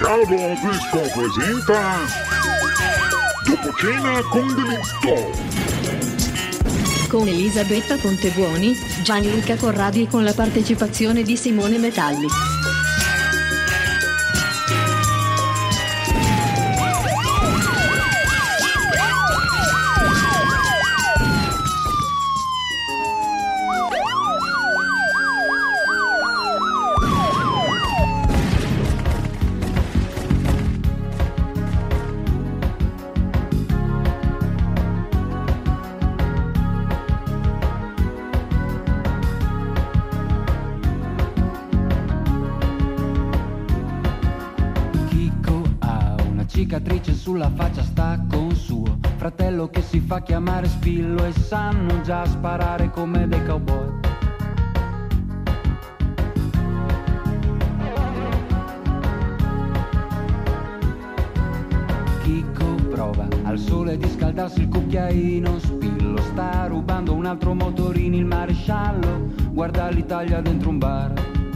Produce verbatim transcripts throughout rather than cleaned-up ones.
Carlo Disco presenta Dopo cena con Delitto, con Elisabetta Contebuoni, Gianluca Corradi e con la partecipazione di Simone Metalli. Cicatrice sulla faccia, sta con suo fratello che si fa chiamare Spillo e sanno già sparare come dei cowboy. Chicco prova al sole di scaldarsi il cucchiaino, Spillo sta rubando un altro motorino, il maresciallo guarda l'Italia dentro un bar.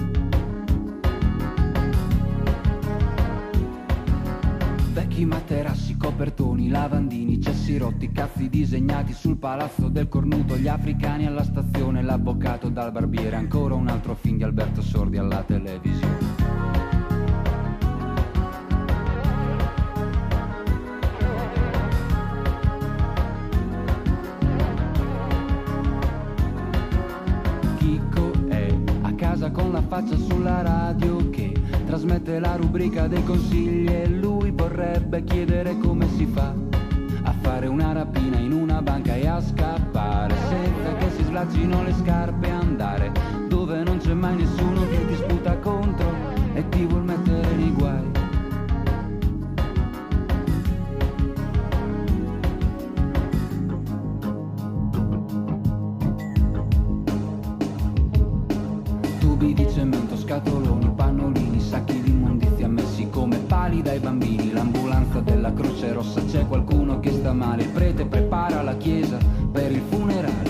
Vecchi materassi, copertoni, lavandini, cessi rotti, cazzi disegnati sul palazzo del cornuto, gli africani alla stazione, l'avvocato dal barbiere, ancora un altro film di Alberto Sordi alla televisione. Chicco è a casa con la faccia sulla radio che trasmette la rubrica dei consigli e lui vorrebbe chiedere come si fa a fare una rapina in una banca e a scappare senza che si slaccino le scarpe, andare dove non c'è mai nessuno che ti sputa contro e ti vuol mettere nei guai. Tubi di cemento, scatoloni, pannolini, sacchi di immondizia messi come pali dai bambini, l'ambulanza della Croce Rossa, c'è qualcuno che sta male, il prete prepara la chiesa per il funerale.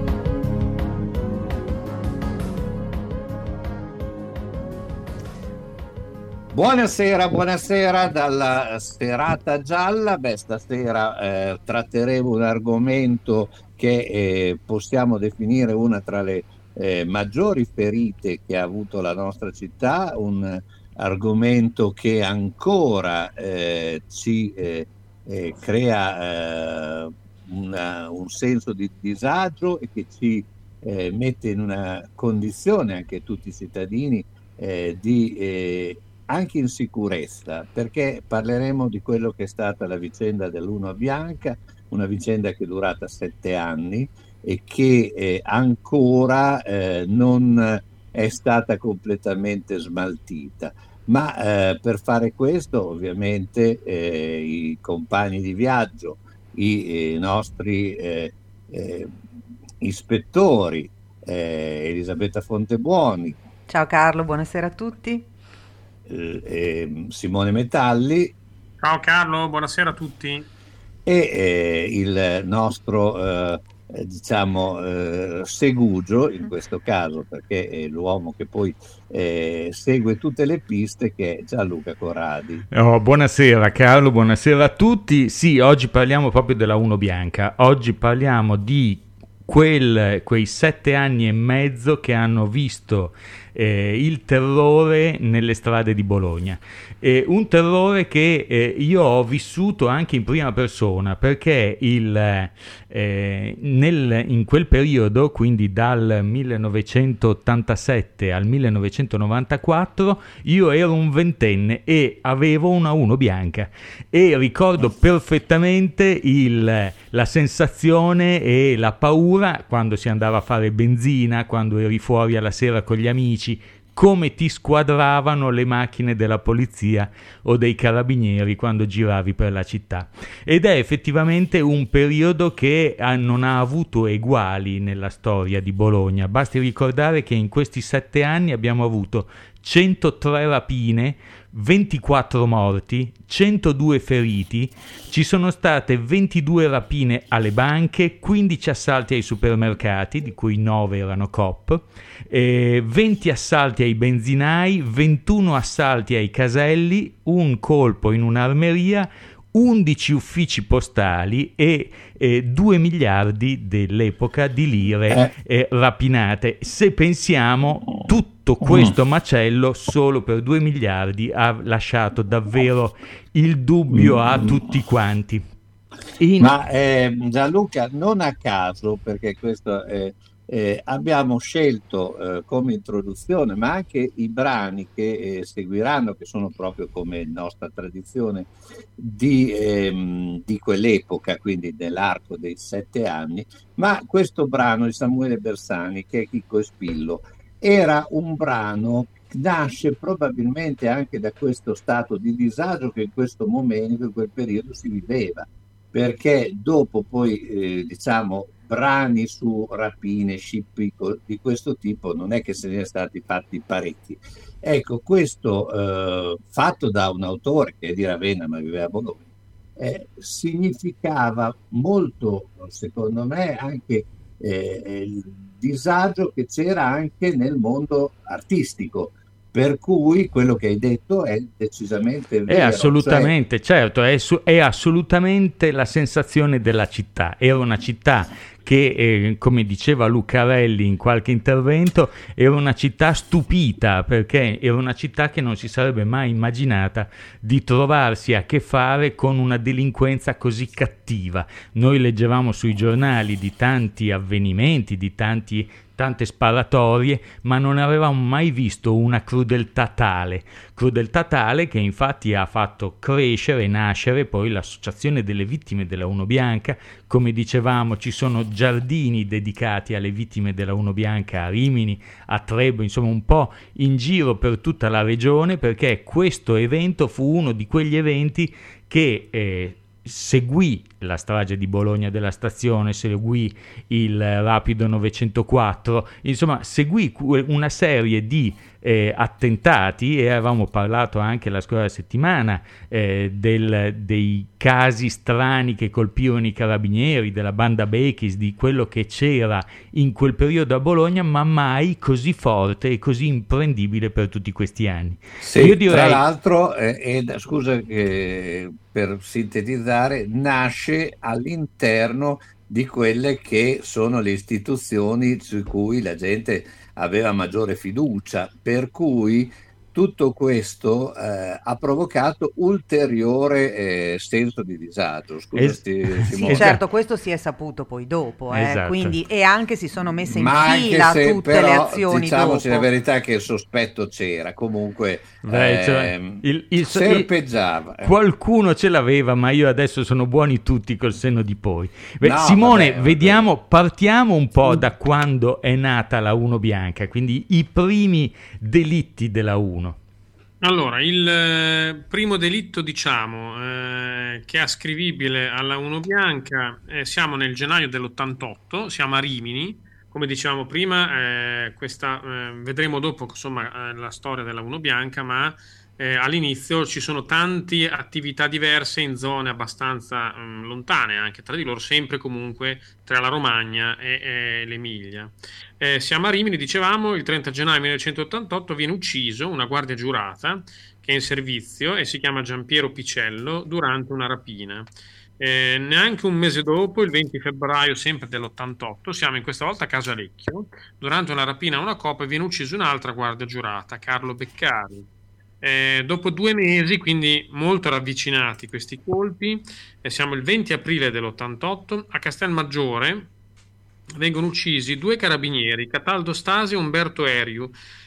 Buonasera, buonasera dalla serata gialla. Beh, stasera eh, tratteremo un argomento che eh, possiamo definire una tra le Eh, maggiori ferite che ha avuto la nostra città, un argomento che ancora eh, ci eh, eh, crea eh, una, un senso di disagio e che ci eh, mette in una condizione, anche tutti i cittadini, eh, di eh, anche insicurezza, perché parleremo di quello che è stata la vicenda dell'Uno Bianca, una vicenda che è durata sette anni e che eh, ancora eh, non è stata completamente smaltita. Ma eh, per fare questo ovviamente eh, i compagni di viaggio, i, i nostri eh, eh, ispettori, eh, Elisabetta Contebuoni. Ciao Carlo, buonasera a tutti. Eh, eh, Simone Metalli. Ciao Carlo, buonasera a tutti. E eh, il nostro eh, Eh, diciamo eh, segugio in questo caso, perché è l'uomo che poi eh, segue tutte le piste, che è Gianluca Corradi. Oh, buonasera Carlo, buonasera a tutti. Sì, oggi parliamo proprio della Uno Bianca, oggi parliamo di quel, quei sette anni e mezzo che hanno visto eh, il terrore nelle strade di Bologna. Eh, un terrore che eh, io ho vissuto anche in prima persona, perché il, eh, nel, in quel periodo, quindi dal millenovecentottantasette al millenovecentonovantaquattro, io ero un ventenne e avevo una Uno Bianca e ricordo perfettamente il, la sensazione e la paura quando si andava a fare benzina, quando eri fuori alla sera con gli amici, come ti squadravano le macchine della polizia o dei carabinieri quando giravi per la città. Ed è effettivamente un periodo che ha, non ha avuto eguali nella storia di Bologna. Basti ricordare che in questi sette anni abbiamo avuto centotré rapine, ventiquattro morti, centodue feriti, ci sono state ventidue rapine alle banche, quindici assalti ai supermercati, di cui nove erano Coop, eh, venti assalti ai benzinai, ventuno assalti ai caselli, un colpo in un'armeria, undici uffici postali e eh, due miliardi dell'epoca di lire eh, rapinate. Se pensiamo, tutto questo macello solo per due miliardi ha lasciato davvero il dubbio a tutti quanti. In... Ma eh, Gianluca, non a caso, perché questo è... Eh, abbiamo scelto eh, come introduzione, ma anche i brani che eh, seguiranno, che sono proprio come nostra tradizione di, ehm, di quell'epoca, quindi nell'arco dei sette anni, ma questo brano di Samuele Bersani, che è Chicco e Spillo, era un brano che nasce probabilmente anche da questo stato di disagio che in questo momento, in quel periodo si viveva, perché dopo poi eh, diciamo brani su rapine, scippi di questo tipo non è che se ne è stati fatti parecchi. Ecco, questo eh, fatto da un autore che è di Ravenna ma viveva a Bologna eh, significava molto, secondo me, anche eh, il disagio che c'era anche nel mondo artistico. Per cui quello che hai detto è decisamente vero. È assolutamente, cioè... certo, è, su, è assolutamente la sensazione della città. Era una città che, eh, come diceva Lucarelli in qualche intervento, era una città stupita, perché era una città che non si sarebbe mai immaginata di trovarsi a che fare con una delinquenza così cattiva. Noi leggevamo sui giornali di tanti avvenimenti, di tanti tante sparatorie, ma non avevamo mai visto una crudeltà tale, crudeltà tale che infatti ha fatto crescere e nascere poi l'associazione delle vittime della Uno Bianca. Come dicevamo, ci sono giardini dedicati alle vittime della Uno Bianca a Rimini, a Trebo, insomma un po' in giro per tutta la regione, perché questo evento fu uno di quegli eventi che eh, seguì la strage di Bologna della Stazione, seguì il Rapido novecentoquattro, insomma seguì una serie di eh, attentati, e avevamo parlato anche la scorsa settimana eh, del, dei casi strani che colpirono i carabinieri, della banda Bechis, di quello che c'era in quel periodo a Bologna, ma mai così forte e così imprendibile per tutti questi anni. Sì, io direi... tra l'altro, eh, eh, scusa eh, per sintetizzare, nasce all'interno di quelle che sono le istituzioni su cui la gente aveva maggiore fiducia, per cui tutto questo eh, ha provocato ulteriore eh, senso di disagio. Scusa, es- ti, sì, certo, questo si è saputo poi dopo, eh, esatto. Quindi, e anche si sono messe in Ma fila se, tutte però, le azioni diciamoci dopo. la verità che il sospetto c'era, comunque Beh, cioè, ehm, il, il, serpeggiava. Il, qualcuno ce l'aveva, ma io adesso sono buoni tutti col senno di poi. Beh, No, Simone, vabbè, vediamo, vabbè. partiamo un po' da quando è nata la Uno Bianca, quindi i primi delitti della Uno. Allora, il eh, primo delitto, diciamo, eh, che è ascrivibile alla Uno Bianca, eh, siamo nel gennaio dell'ottantotto, siamo a Rimini, come dicevamo prima, eh, questa, eh, vedremo dopo insomma eh, la storia della Uno Bianca, ma eh, all'inizio ci sono tante attività diverse in zone abbastanza mh, lontane anche tra di loro, sempre comunque tra la Romagna e, e l'Emilia. Eh, siamo a Rimini, dicevamo, il trenta gennaio millenovecentottantotto viene ucciso una guardia giurata che è in servizio e si chiama Giampiero Picello durante una rapina. Eh, neanche un mese dopo, il venti febbraio sempre dell'ottantotto, siamo in questa volta a Casalecchio, durante una rapina a una Coop viene uccisa un'altra guardia giurata, Carlo Beccari. Eh, dopo due mesi, quindi molto ravvicinati questi colpi, eh, siamo il venti aprile dell'ottantotto, a Castelmaggiore vengono uccisi due carabinieri, Cataldo Stasi e Umberto Eriu,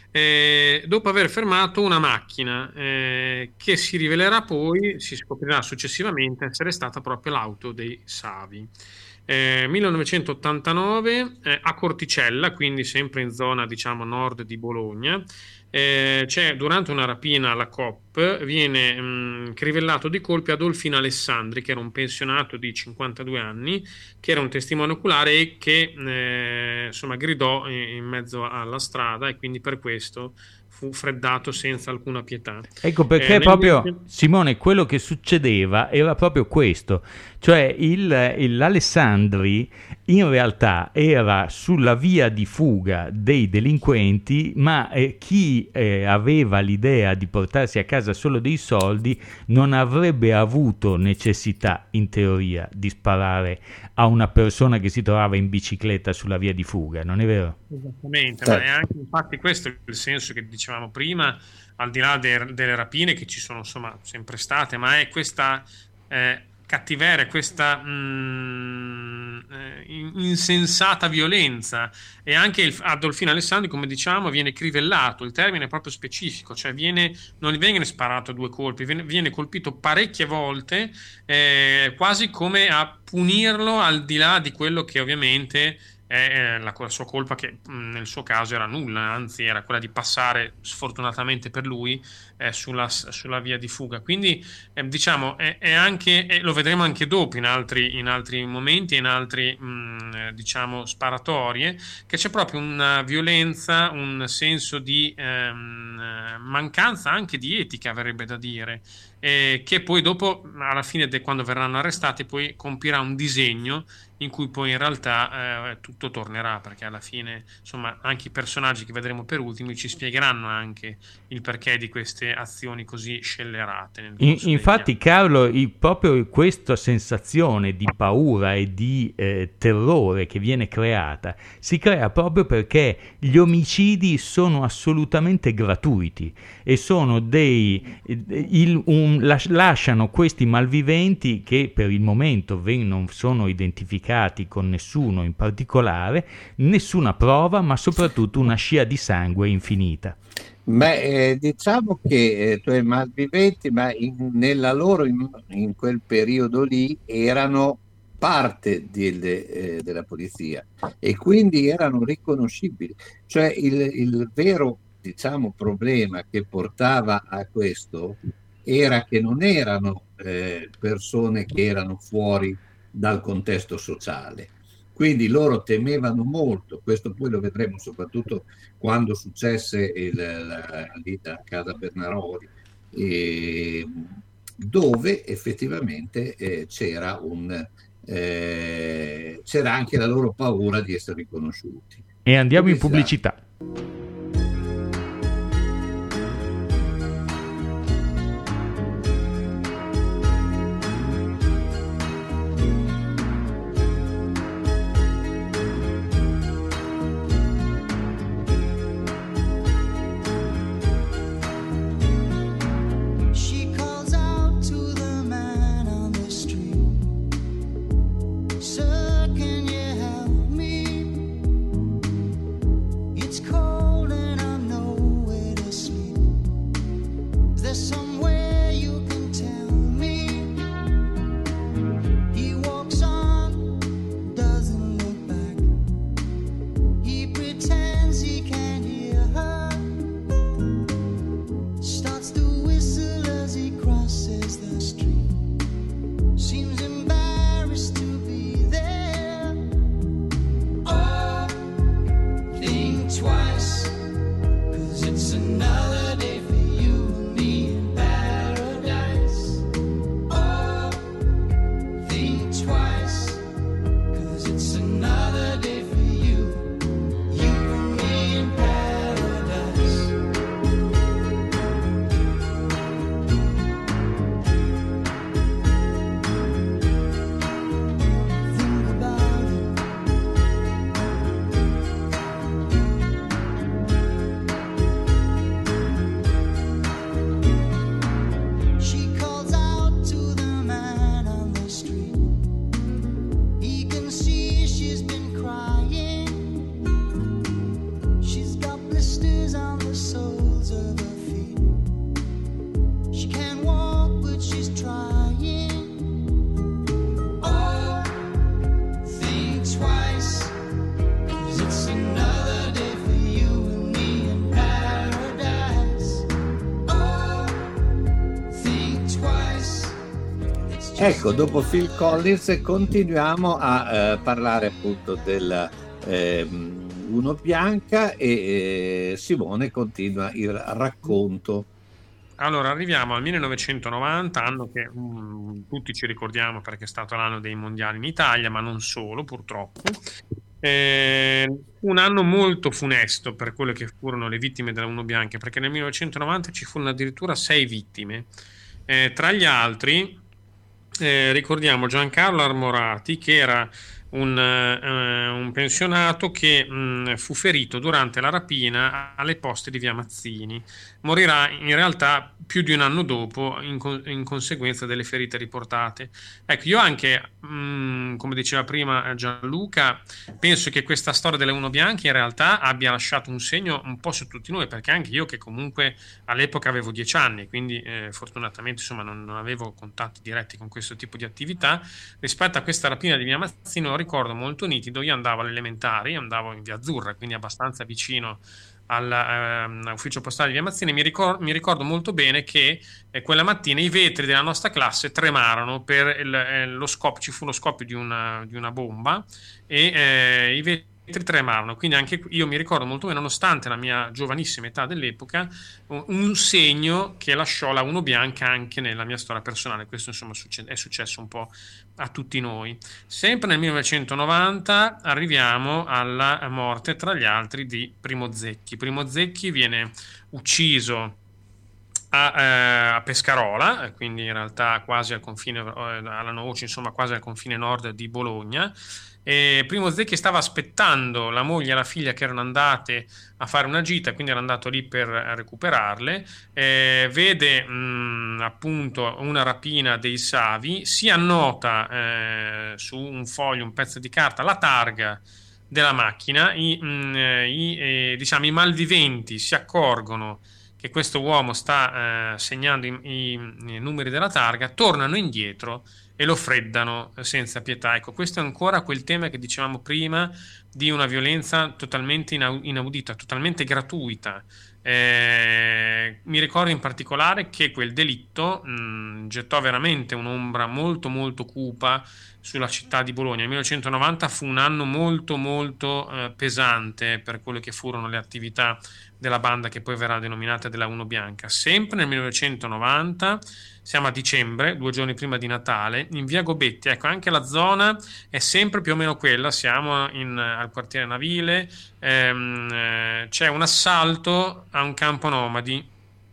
eh, dopo aver fermato una macchina eh, che si rivelerà poi, si scoprirà successivamente essere stata proprio l'auto dei Savi. Eh, millenovecentottantanove eh, a Corticella, quindi sempre in zona diciamo nord di Bologna, eh, c'è durante una rapina alla Coop viene mh, crivellato di colpi Adolfino Alessandri, che era un pensionato di cinquantadue anni, che era un testimone oculare e che eh, insomma gridò in, in mezzo alla strada, e quindi per questo fu freddato senza alcuna pietà. Ecco perché eh, proprio, nel... Simone, quello che succedeva era proprio questo, cioè il, il l'Alessandri in realtà era sulla via di fuga dei delinquenti, ma eh, chi eh, aveva l'idea di portarsi a casa solo dei soldi non avrebbe avuto necessità, in teoria, di sparare a una persona che si trovava in bicicletta sulla via di fuga, non è vero? Esattamente, ma è anche infatti questo il senso che dicevamo prima, al di là de- delle rapine che ci sono insomma sempre state, ma è questa eh, cattiveria, questa mh, eh, insensata violenza. E anche il Adolfino Alessandri, come diciamo, viene crivellato, il termine è proprio specifico, cioè viene, non viene sparato a due colpi, viene, viene colpito parecchie volte, eh, quasi come a punirlo, al di là di quello che ovviamente è la, la sua colpa, che mh, nel suo caso era nulla, anzi era quella di passare, sfortunatamente per lui, eh, sulla, sulla via di fuga. Quindi eh, diciamo è, è anche, eh, lo vedremo anche dopo in altri, in altri momenti, in altri mh, diciamo sparatorie, che c'è proprio una violenza, un senso di ehm, mancanza anche di etica, verrebbe da dire, eh, che poi dopo, alla fine, de, quando verranno arrestati, poi compirà un disegno in cui poi in realtà eh, tutto tornerà, perché alla fine insomma anche i personaggi che vedremo per ultimi ci spiegheranno anche il perché di queste azioni così scellerate nel in, infatti Carlo, il, proprio questa sensazione di paura e di eh, terrore che viene creata si crea proprio perché gli omicidi sono assolutamente gratuiti e sono dei il, un, lasciano questi malviventi, che per il momento non sono identificati con nessuno in particolare, nessuna prova, ma soprattutto una scia di sangue infinita. Ma eh, diciamo che eh, cioè, malviventi, ma in, nella loro in, in quel periodo lì erano parte delle, eh, della polizia e quindi erano riconoscibili. Cioè il, il vero, diciamo, problema che portava a questo era che non erano eh, persone che erano fuori dal contesto sociale, quindi loro temevano molto. Questo poi lo vedremo soprattutto quando successe il, la, lì a casa Bernaroli, eh, dove effettivamente eh, c'era un eh, c'era anche la loro paura di essere riconosciuti. E andiamo in pubblicità. Ecco, dopo Phil Collins continuiamo a eh, parlare appunto della eh, Uno Bianca e eh, Simone continua il racconto. Allora, arriviamo al millenovecentonovanta, anno che um, tutti ci ricordiamo perché è stato l'anno dei mondiali in Italia, ma non solo, purtroppo. Eh, un anno molto funesto per quelle che furono le vittime della Uno Bianca, perché nel millenovecentonovanta ci furono addirittura sei vittime. Eh, tra gli altri eh, ricordiamo Giancarlo Armorati, che era un, eh, un pensionato che mh, fu ferito durante la rapina alle poste di via Mazzini. Morirà in realtà più di un anno dopo in, co- in conseguenza delle ferite riportate. Ecco, io anche, mh, come diceva prima Gianluca, penso che questa storia delle Uno Bianche in realtà abbia lasciato un segno un po' su tutti noi, perché anche io, che comunque all'epoca avevo dieci anni, quindi eh, fortunatamente insomma non, non avevo contatti diretti con questo tipo di attività, rispetto a questa rapina di via Mazzini lo ricordo molto nitido. Io andavo alle elementari, andavo in via Azzurra, quindi abbastanza vicino all'ufficio ehm, postale di via Mazzini. Mi, ricor- mi ricordo molto bene che eh, quella mattina i vetri della nostra classe tremarono per il, eh, lo scoppio, ci fu lo scoppio di una, di una bomba e eh, i vetri tremarono, quindi anche io mi ricordo molto bene, nonostante la mia giovanissima età dell'epoca, un, un segno che lasciò la Uno Bianca anche nella mia storia personale. Questo insomma succe- è successo un po' a tutti noi. Sempre nel millenovecentonovanta arriviamo alla morte, tra gli altri, di Primo Zecchi. Primo Zecchi viene ucciso a, eh, a Pescarola, quindi in realtà quasi al confine, eh, alla Noce, insomma quasi al confine nord di Bologna. E Primo Zecchi stava aspettando la moglie e la figlia che erano andate a fare una gita, quindi era andato lì per recuperarle. Eh, vede mh, appunto una rapina dei Savi, si annota eh, su un foglio, un pezzo di carta, la targa della macchina. I, mh, i, eh, diciamo, i malviventi si accorgono che questo uomo sta eh, segnando i, i, i numeri della targa, tornano indietro e lo freddano senza pietà. Ecco, questo è ancora quel tema che dicevamo prima di una violenza totalmente inaudita, totalmente gratuita. Eh, mi ricordo in particolare che quel delitto mh, gettò veramente un'ombra molto molto cupa sulla città di Bologna. Il millenovecentonovanta fu un anno molto molto eh, pesante per quelle che furono le attività della banda che poi verrà denominata della Uno Bianca. Sempre nel millenovecentonovanta, siamo a dicembre, due giorni prima di Natale, in via Gobetti. Ecco, anche la zona è sempre più o meno quella, siamo in, al quartiere Navile, ehm, eh, c'è un assalto a un campo nomadi.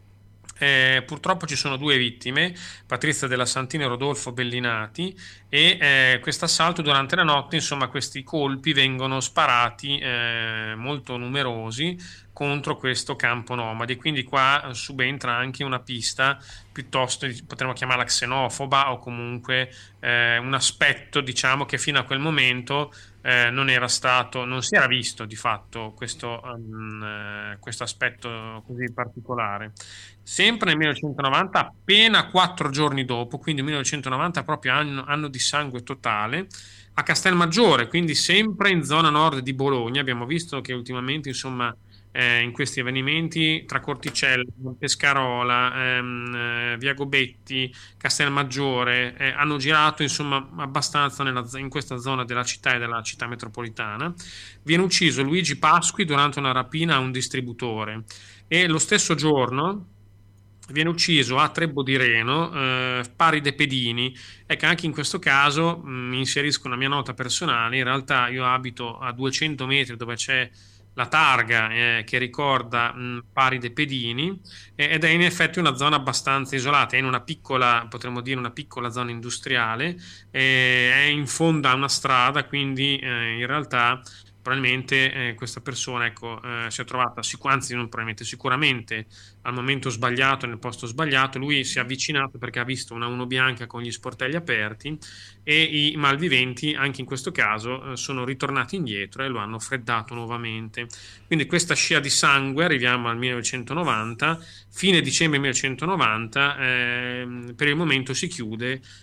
Eh, purtroppo ci sono due vittime, Patrizia della Santina e Rodolfo Bellinati, e eh, questo assalto durante la notte, insomma questi colpi vengono sparati eh, molto numerosi contro questo campo nomadi, quindi qua subentra anche una pista piuttosto, potremmo chiamarla xenofoba, o comunque eh, un aspetto, diciamo, che fino a quel momento eh, non era stato, non si era visto di fatto questo, um, eh, questo aspetto così particolare. Sempre nel millenovecentonovanta, appena quattro giorni dopo, quindi millenovecentonovanta proprio anno, anno di sangue totale, a Castelmaggiore, quindi sempre in zona nord di Bologna. Abbiamo visto che ultimamente, insomma, Eh, in questi avvenimenti tra Corticella, Pescarola, ehm, eh, via Gobetti, Castelmaggiore eh, hanno girato insomma abbastanza nella, in questa zona della città e della città metropolitana. Viene ucciso Luigi Pasqui durante una rapina a un distributore, e lo stesso giorno viene ucciso a Trebbo di Reno eh, Paride Pedini. Ecco, anche in questo caso mh, mi inserisco una mia nota personale. In realtà io abito a duecento metri dove c'è la targa eh, che ricorda mh, Paride Pedini, eh, ed è in effetti una zona abbastanza isolata, è in una piccola, potremmo dire una piccola zona industriale, eh, è in fondo a una strada, quindi eh, in realtà probabilmente eh, questa persona ecco, eh, si è trovata, sic- anzi non probabilmente, sicuramente al momento sbagliato, nel posto sbagliato. Lui si è avvicinato perché ha visto una Uno Bianca con gli sportelli aperti, e i malviventi anche in questo caso eh, sono ritornati indietro e lo hanno freddato nuovamente. Quindi questa scia di sangue, arriviamo al millenovecentonovanta, fine dicembre millenovecentonovanta, eh, per il momento si chiude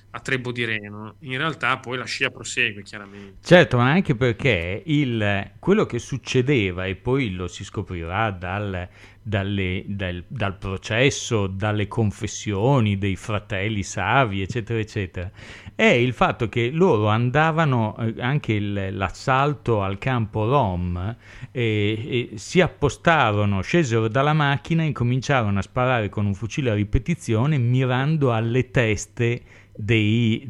a Trebo di Reno. In realtà poi la scia prosegue chiaramente. Certo, ma anche perché il, quello che succedeva, e poi lo si scoprirà dal, dalle, dal, dal processo, dalle confessioni dei fratelli Savi, eccetera, eccetera, è il fatto che loro andavano, eh, anche il, l'assalto al campo Rom, eh, e si appostarono, scesero dalla macchina e incominciarono a sparare con un fucile a ripetizione mirando alle teste Dei,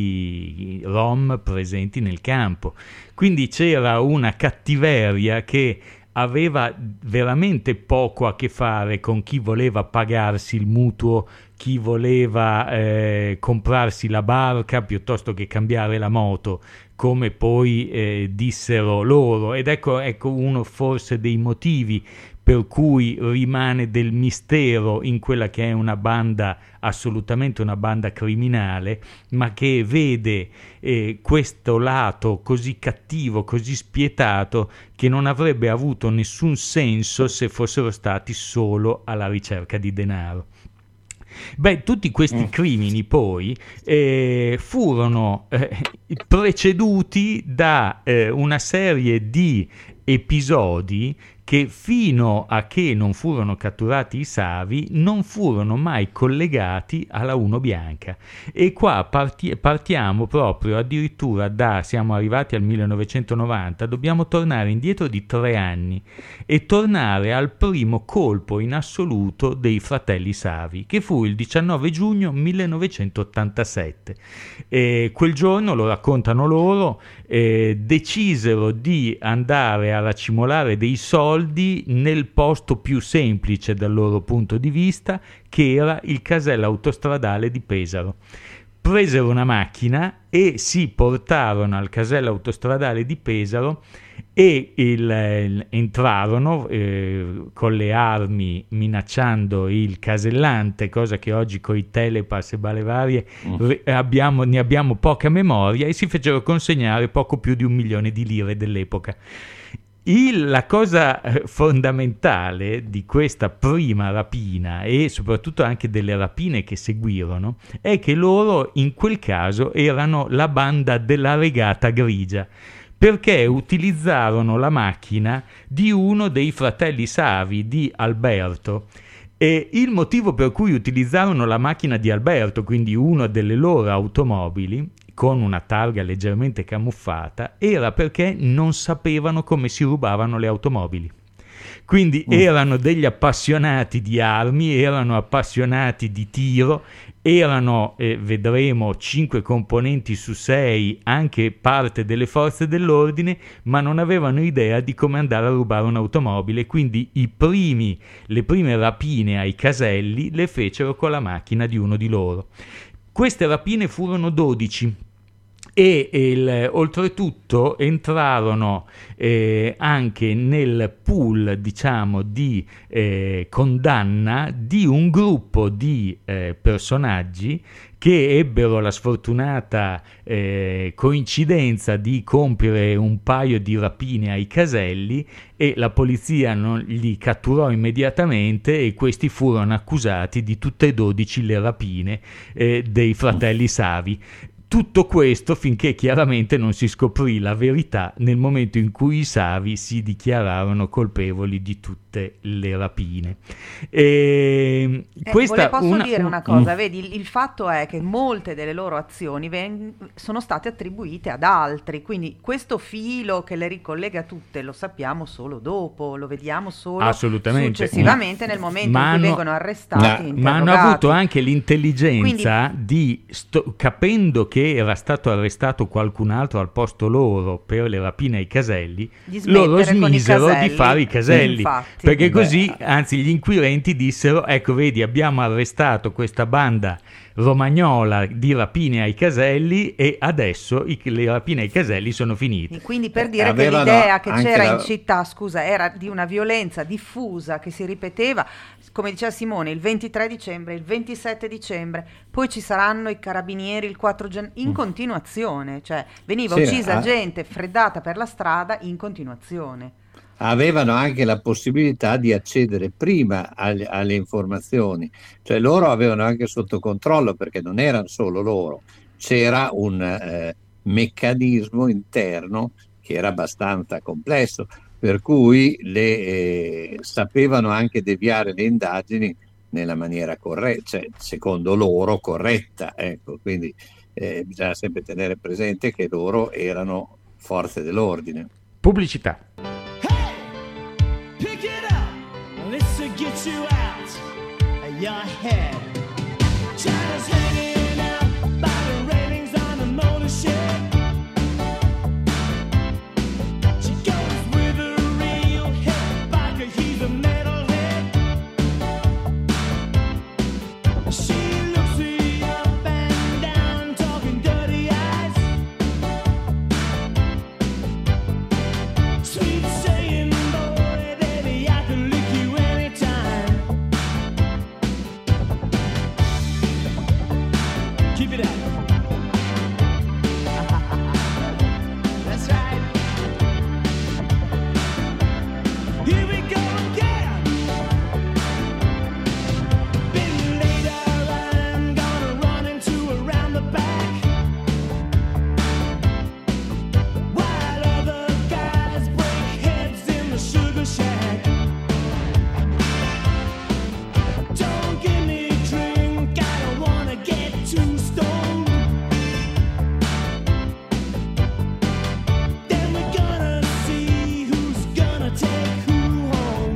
dei Rom presenti nel campo. Quindi c'era una cattiveria che aveva veramente poco a che fare con chi voleva pagarsi il mutuo, chi voleva eh, comprarsi la barca piuttosto che cambiare la moto, come poi eh, dissero loro. Ed ecco, ecco uno forse dei motivi per cui rimane del mistero in quella che è una banda, assolutamente una banda criminale, ma che vede eh, questo lato così cattivo, così spietato, che non avrebbe avuto nessun senso se fossero stati solo alla ricerca di denaro. Beh, tutti questi crimini poi eh, furono eh, preceduti da eh, una serie di episodi che fino a che non furono catturati i Savi non furono mai collegati alla Uno Bianca. E qua parti- partiamo proprio addirittura da, siamo arrivati al millenovecentonovanta, dobbiamo tornare indietro di tre anni e tornare al primo colpo in assoluto dei fratelli Savi, che fu il diciannove giugno millenovecentottantasette. E quel giorno, lo raccontano loro, eh, decisero di andare a racimolare dei soldi nel posto più semplice dal loro punto di vista, che era il casello autostradale di Pesaro. Presero una macchina e si portarono al casello autostradale di Pesaro e il, il, entrarono eh, con le armi minacciando il casellante, cosa che oggi con i telepass e bale varie mm. abbiamo, ne abbiamo poca memoria, e si fecero consegnare poco più di un milione di lire dell'epoca. Il, la cosa fondamentale di questa prima rapina, e soprattutto anche delle rapine che seguirono, è che loro in quel caso erano la banda della regata grigia, perché utilizzarono la macchina di uno dei fratelli Savi, di Alberto. E il motivo per cui utilizzarono la macchina di Alberto, quindi una delle loro automobili, con una targa leggermente camuffata, era perché non sapevano come si rubavano le automobili. Quindi mm. erano degli appassionati di armi, erano appassionati di tiro, erano, eh, vedremo, cinque componenti su sei, anche parte delle forze dell'ordine, ma non avevano idea di come andare a rubare un'automobile. Quindi i primi, le prime rapine ai caselli le fecero con la macchina di uno di loro. Queste rapine furono dodici. E il, oltretutto entrarono eh, anche nel pool, diciamo, di eh, condanna di un gruppo di eh, personaggi che ebbero la sfortunata eh, coincidenza di compiere un paio di rapine ai caselli, e la polizia non li catturò immediatamente, e questi furono accusati di tutte e dodici le rapine eh, dei fratelli Savi. Tutto questo finché chiaramente non si scoprì la verità nel momento in cui i Savi si dichiararono colpevoli di tutte le rapine. E eh, questa posso una, dire una cosa, mm. vedi, il, il fatto è che molte delle loro azioni ven- sono state attribuite ad altri, quindi questo filo che le ricollega tutte lo sappiamo solo dopo, lo vediamo solo successivamente mm. nel momento ma in cui hanno, vengono arrestati. No, ma hanno avuto anche l'intelligenza quindi, di, sto, capendo che era stato arrestato qualcun altro al posto loro per le rapine ai caselli, loro smisero di fare i caselli, infatti, perché così, beh, anzi gli inquirenti dissero: ecco, vedi, abbiamo arrestato questa banda romagnola di rapine ai caselli e adesso i, le rapine ai caselli sono finite. Quindi per dire che l'idea che c'era la... in città, scusa, era di una violenza diffusa che si ripeteva, come diceva Simone, il ventitré dicembre, il ventisette dicembre, poi ci saranno i carabinieri il quattro gennaio, in mm. continuazione, cioè veniva sì, uccisa ah. gente freddata per la strada in continuazione. Avevano anche la possibilità di accedere prima alle, alle informazioni, cioè loro avevano anche sotto controllo, perché non erano solo loro, c'era un eh, meccanismo interno che era abbastanza complesso, per cui le, eh, sapevano anche deviare le indagini nella maniera corretta, cioè secondo loro corretta, ecco, quindi eh, bisogna sempre tenere presente che loro erano forze dell'ordine. Pubblicità. Hey, pick it up. This will get you out of your head. China's hanging out by the railings on the motor shed. She goes with a real hip biker, he's a metalhead. She looks me up and down, talking dirty eyes. Sweet saying, boy, baby, I can lick you anytime. Keep it up. That's right. Here we go again. Bit later, I'm gonna run into around the back. While other guys break heads in the sugar shack. Don't give me a drink, I don't wanna get too stoned. Then we're gonna see who's gonna take who home.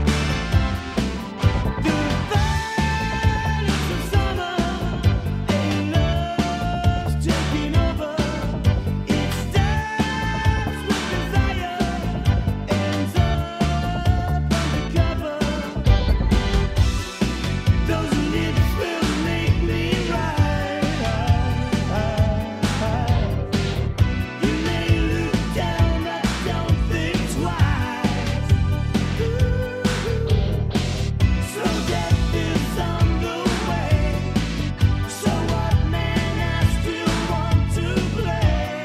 The violence of summer, a love's taking over. It starts with desire, ends up undercover. Those lips will make me right. You may look down, but don't think twice. So death is on the way. So what, man? I still want to play.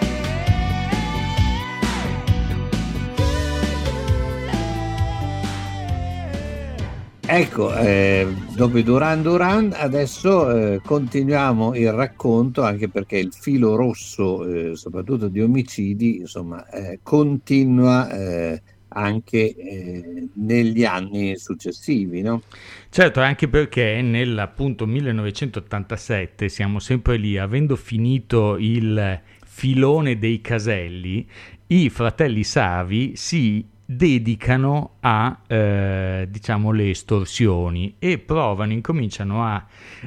Ecco, eh, dopo i Duran Duran adesso eh, continuiamo il racconto, anche perché il filo rosso, eh, soprattutto di omicidi, insomma, eh, continua eh, anche eh, negli anni successivi, no? Certo, anche perché nel appunto millenovecentottantasette, siamo sempre lì, avendo finito il filone dei Caselli, i fratelli Savi si dedicano a eh, diciamo le estorsioni e provano, incominciano a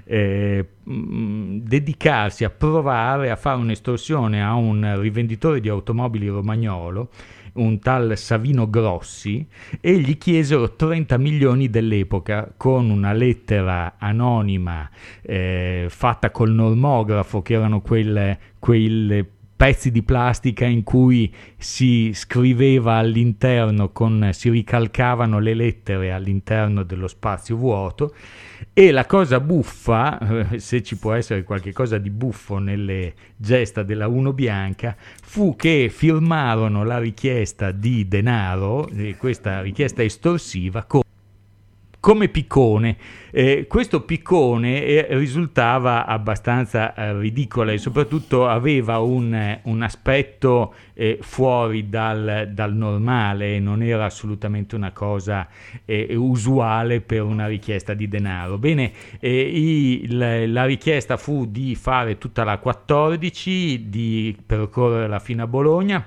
eh, mh, dedicarsi a provare a fare un'estorsione a un rivenditore di automobili romagnolo, un tal Savino Grossi, e gli chiesero trenta milioni dell'epoca con una lettera anonima eh, fatta col normografo, che erano quelle, quelle pezzi di plastica in cui si scriveva all'interno, con, si ricalcavano le lettere all'interno dello spazio vuoto. E la cosa buffa, eh, se ci può essere qualche cosa di buffo nelle gesta della Uno Bianca, fu che firmarono la richiesta di denaro, eh, questa richiesta estorsiva, con come Piccone. Eh, questo Piccone eh, risultava abbastanza eh, ridicolo e soprattutto aveva un, eh, un aspetto eh, fuori dal, dal normale, non era assolutamente una cosa eh, usuale per una richiesta di denaro. Bene, eh, i, la, la richiesta fu di fare tutta la quattordici, di percorrerla fino a Bologna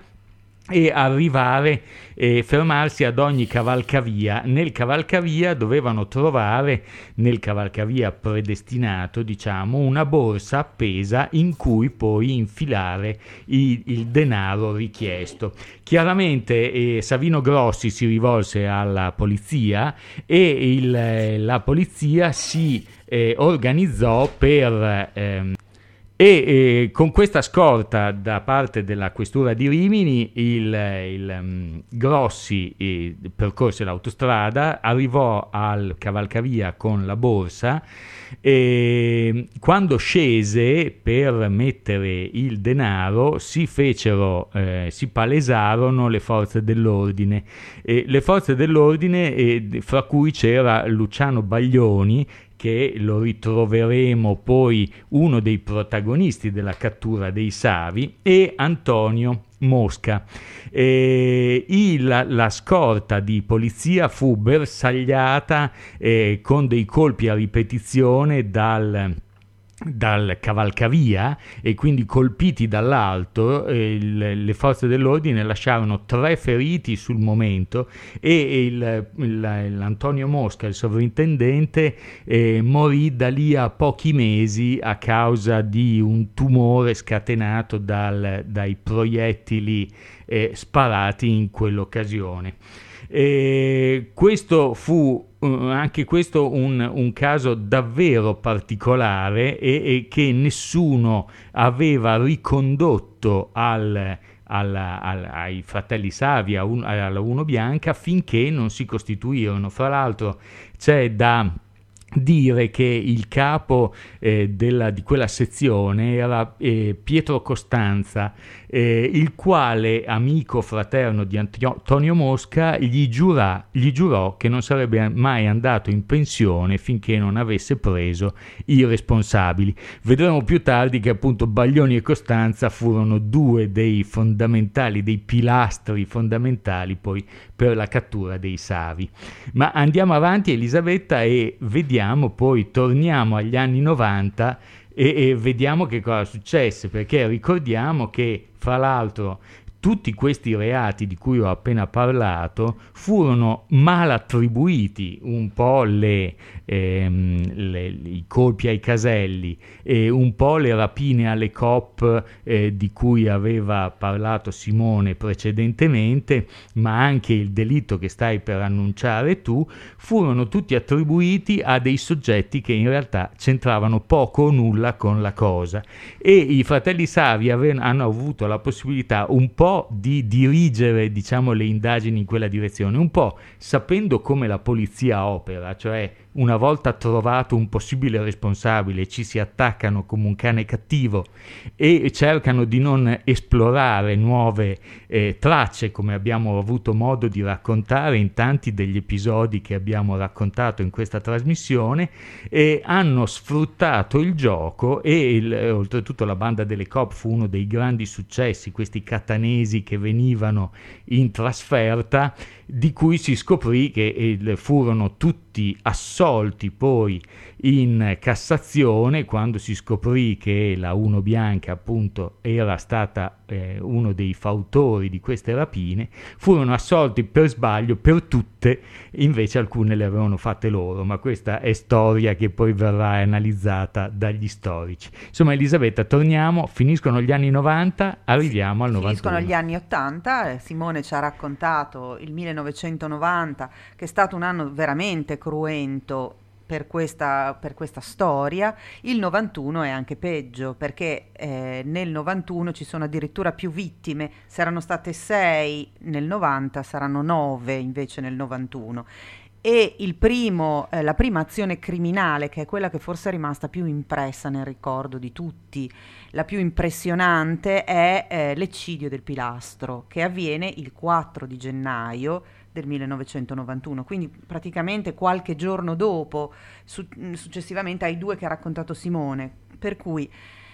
e arrivare e eh, fermarsi ad ogni cavalcavia. Nel cavalcavia dovevano trovare, nel cavalcavia predestinato, diciamo, una borsa appesa in cui poi infilare il, il denaro richiesto. Chiaramente eh, Savino Grossi si rivolse alla polizia e il, la polizia si eh, organizzò per ehm, E eh, con questa scorta da parte della questura di Rimini, il, il um, Grossi eh, percorse l'autostrada, arrivò al cavalcavia con la borsa e quando scese per mettere il denaro si fecero, eh, si palesarono le forze dell'ordine, e le forze dell'ordine eh, fra cui c'era Luciano Baglioni, che lo ritroveremo poi uno dei protagonisti della cattura dei Savi, e Antonio Mosca. Eh, il, la, la scorta di polizia fu bersagliata eh, con dei colpi a ripetizione dal dal cavalcavia, e quindi colpiti dall'alto. Eh, il, le forze dell'ordine lasciarono tre feriti sul momento, e il, il, l'Antonio Mosca, il sovrintendente, eh, morì da lì a pochi mesi a causa di un tumore scatenato dal, dai proiettili eh, sparati in quell'occasione. E questo fu uh, anche questo un, un caso davvero particolare, e, e che nessuno aveva ricondotto al, alla, al, ai fratelli Savi, a un, alla Uno Bianca, finché non si costituirono. Fra l'altro c'è da dire che il capo eh, della, di quella sezione era eh, Pietro Costanza, eh, il quale, amico fraterno di Antonio Mosca, gli, giura, gli giurò che non sarebbe mai andato in pensione finché non avesse preso i responsabili. Vedremo più tardi che appunto Baglioni e Costanza furono due dei fondamentali, dei pilastri fondamentali poi per la cattura dei Savi. Ma andiamo avanti, Elisabetta, e vediamo poi, torniamo agli anni novanta e, e vediamo che cosa successe, perché ricordiamo che fra l'altro tutti questi reati di cui ho appena parlato furono mal attribuiti, un po' le, ehm, le, i colpi ai caselli e un po' le rapine alle coop eh, di cui aveva parlato Simone precedentemente, ma anche il delitto che stai per annunciare tu, furono tutti attribuiti a dei soggetti che in realtà c'entravano poco o nulla con la cosa, e i fratelli Savi ave- hanno avuto la possibilità un po' di dirigere, diciamo, le indagini in quella direzione, un po' sapendo come la polizia opera, cioè una volta trovato un possibile responsabile ci si attaccano come un cane cattivo e cercano di non esplorare nuove eh, tracce, come abbiamo avuto modo di raccontare in tanti degli episodi che abbiamo raccontato in questa trasmissione, e hanno sfruttato il gioco. E il, oltretutto la banda delle Coop fu uno dei grandi successi, questi catanesi che venivano in trasferta, di cui si scoprì che eh, furono tutti assolti poi in Cassazione, quando si scoprì che la Uno Bianca appunto era stata eh, uno dei fautori di queste rapine. Furono assolti per sbaglio per tutte, invece alcune le avevano fatte loro, ma questa è storia che poi verrà analizzata dagli storici. Insomma, Elisabetta, torniamo, finiscono gli anni novanta, arriviamo al novantuno. Finiscono gli anni ottanta, Simone ci ha raccontato il millenovecentonovanta, che è stato un anno veramente cruento per questa, per questa storia. Il novantuno è anche peggio, perché eh, nel novantuno ci sono addirittura più vittime. Se erano state sei nel novanta, saranno nove invece nel novantuno. E il primo, eh, la prima azione criminale, che è quella che forse è rimasta più impressa nel ricordo di tutti, la più impressionante, è eh, l'eccidio del Pilastro, che avviene il quattro di gennaio del millenovecentonovantuno, quindi praticamente qualche giorno dopo, su- successivamente ai due che ha raccontato Simone. Per cui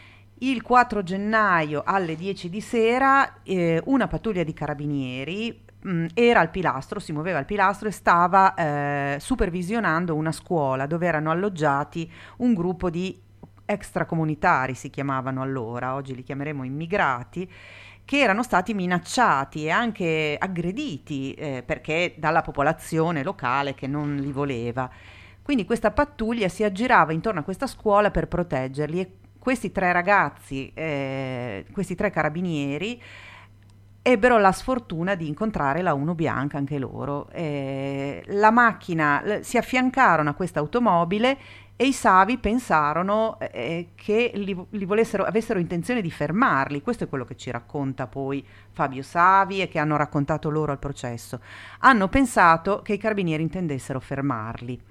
il quattro gennaio alle dieci di sera eh, una pattuglia di carabinieri mh, era al Pilastro, si muoveva al Pilastro e stava eh, supervisionando una scuola dove erano alloggiati un gruppo di extracomunitari, si chiamavano allora, oggi li chiameremo immigrati, che erano stati minacciati e anche aggrediti eh, perché dalla popolazione locale che non li voleva. Quindi questa pattuglia si aggirava intorno a questa scuola per proteggerli, e questi tre ragazzi, eh, questi tre carabinieri, ebbero la sfortuna di incontrare la Uno Bianca anche loro. Eh, la macchina, l- si affiancarono a questa automobile, e i Savi pensarono eh, che li, li volessero, avessero intenzione di fermarli. Questo è quello che ci racconta poi Fabio Savi e che hanno raccontato loro al processo. Hanno pensato che i carabinieri intendessero fermarli,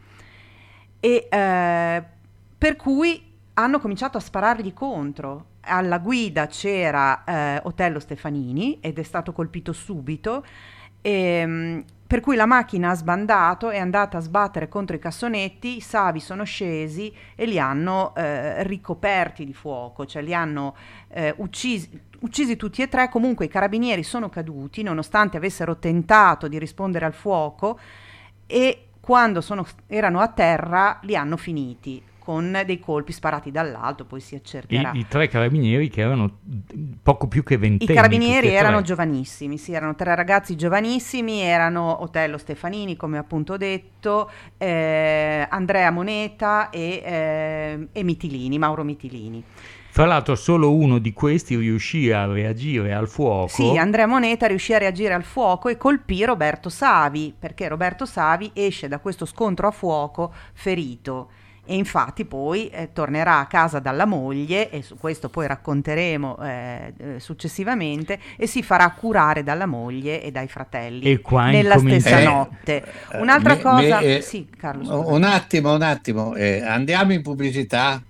e eh, per cui hanno cominciato a sparargli contro. Alla guida c'era eh, Otello Stefanini ed è stato colpito subito. E, per cui la macchina ha sbandato, è andata a sbattere contro i cassonetti, i Savi sono scesi e li hanno eh, ricoperti di fuoco, cioè li hanno eh, uccisi, uccisi tutti e tre. Comunque i carabinieri sono caduti nonostante avessero tentato di rispondere al fuoco, e quando sono, erano a terra li hanno finiti con dei colpi sparati dall'alto, poi si accerterà. I, i tre carabinieri che erano poco più che ventenni. I carabinieri erano giovanissimi, sì, erano tre ragazzi giovanissimi, erano Otello Stefanini, come appunto detto, eh, Andrea Moneta e, eh, e Mitilini, Mauro Mitilini. Fra l'altro solo uno di questi riuscì a reagire al fuoco. Sì, Andrea Moneta riuscì a reagire al fuoco e colpì Roberto Savi, perché Roberto Savi esce da questo scontro a fuoco ferito. E infatti poi eh, tornerà a casa dalla moglie, e su questo poi racconteremo eh, eh, successivamente, e si farà curare dalla moglie e dai fratelli e qua nella incomincia... stessa eh, notte. Un'altra me, cosa... me, eh, sì, Carlo, scusa. Un attimo, un attimo, eh, andiamo in pubblicità.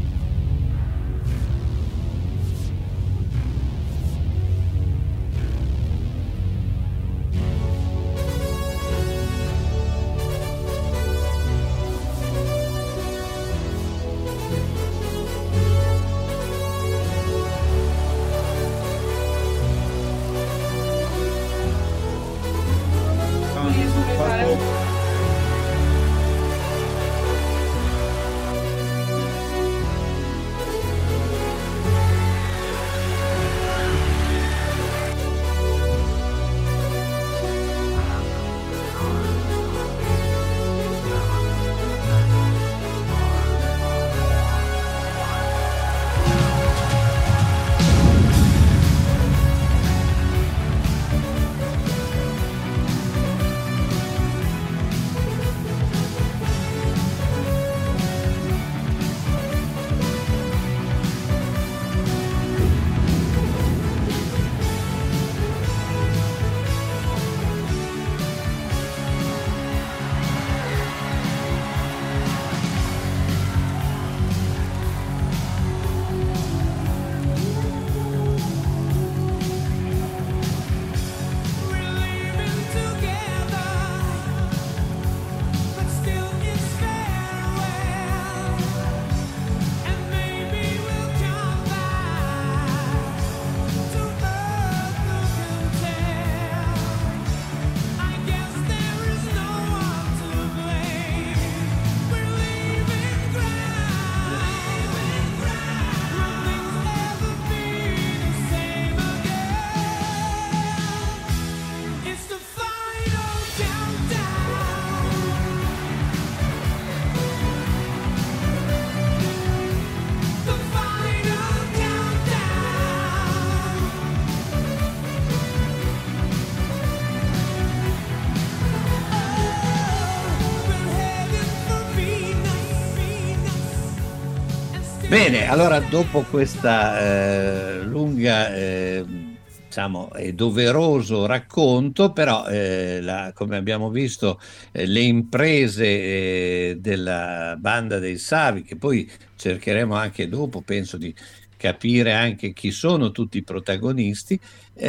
Bene, allora dopo questa eh, lunga, eh, diciamo, e doveroso racconto, però eh, la, come abbiamo visto eh, le imprese eh, della banda dei Savi, che poi cercheremo anche dopo, penso di capire anche chi sono tutti i protagonisti,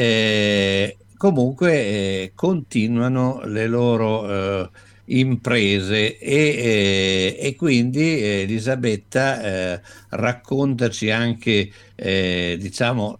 eh, comunque eh, continuano le loro eh, imprese e, eh, e quindi eh, Elisabetta eh, raccontaci anche eh, diciamo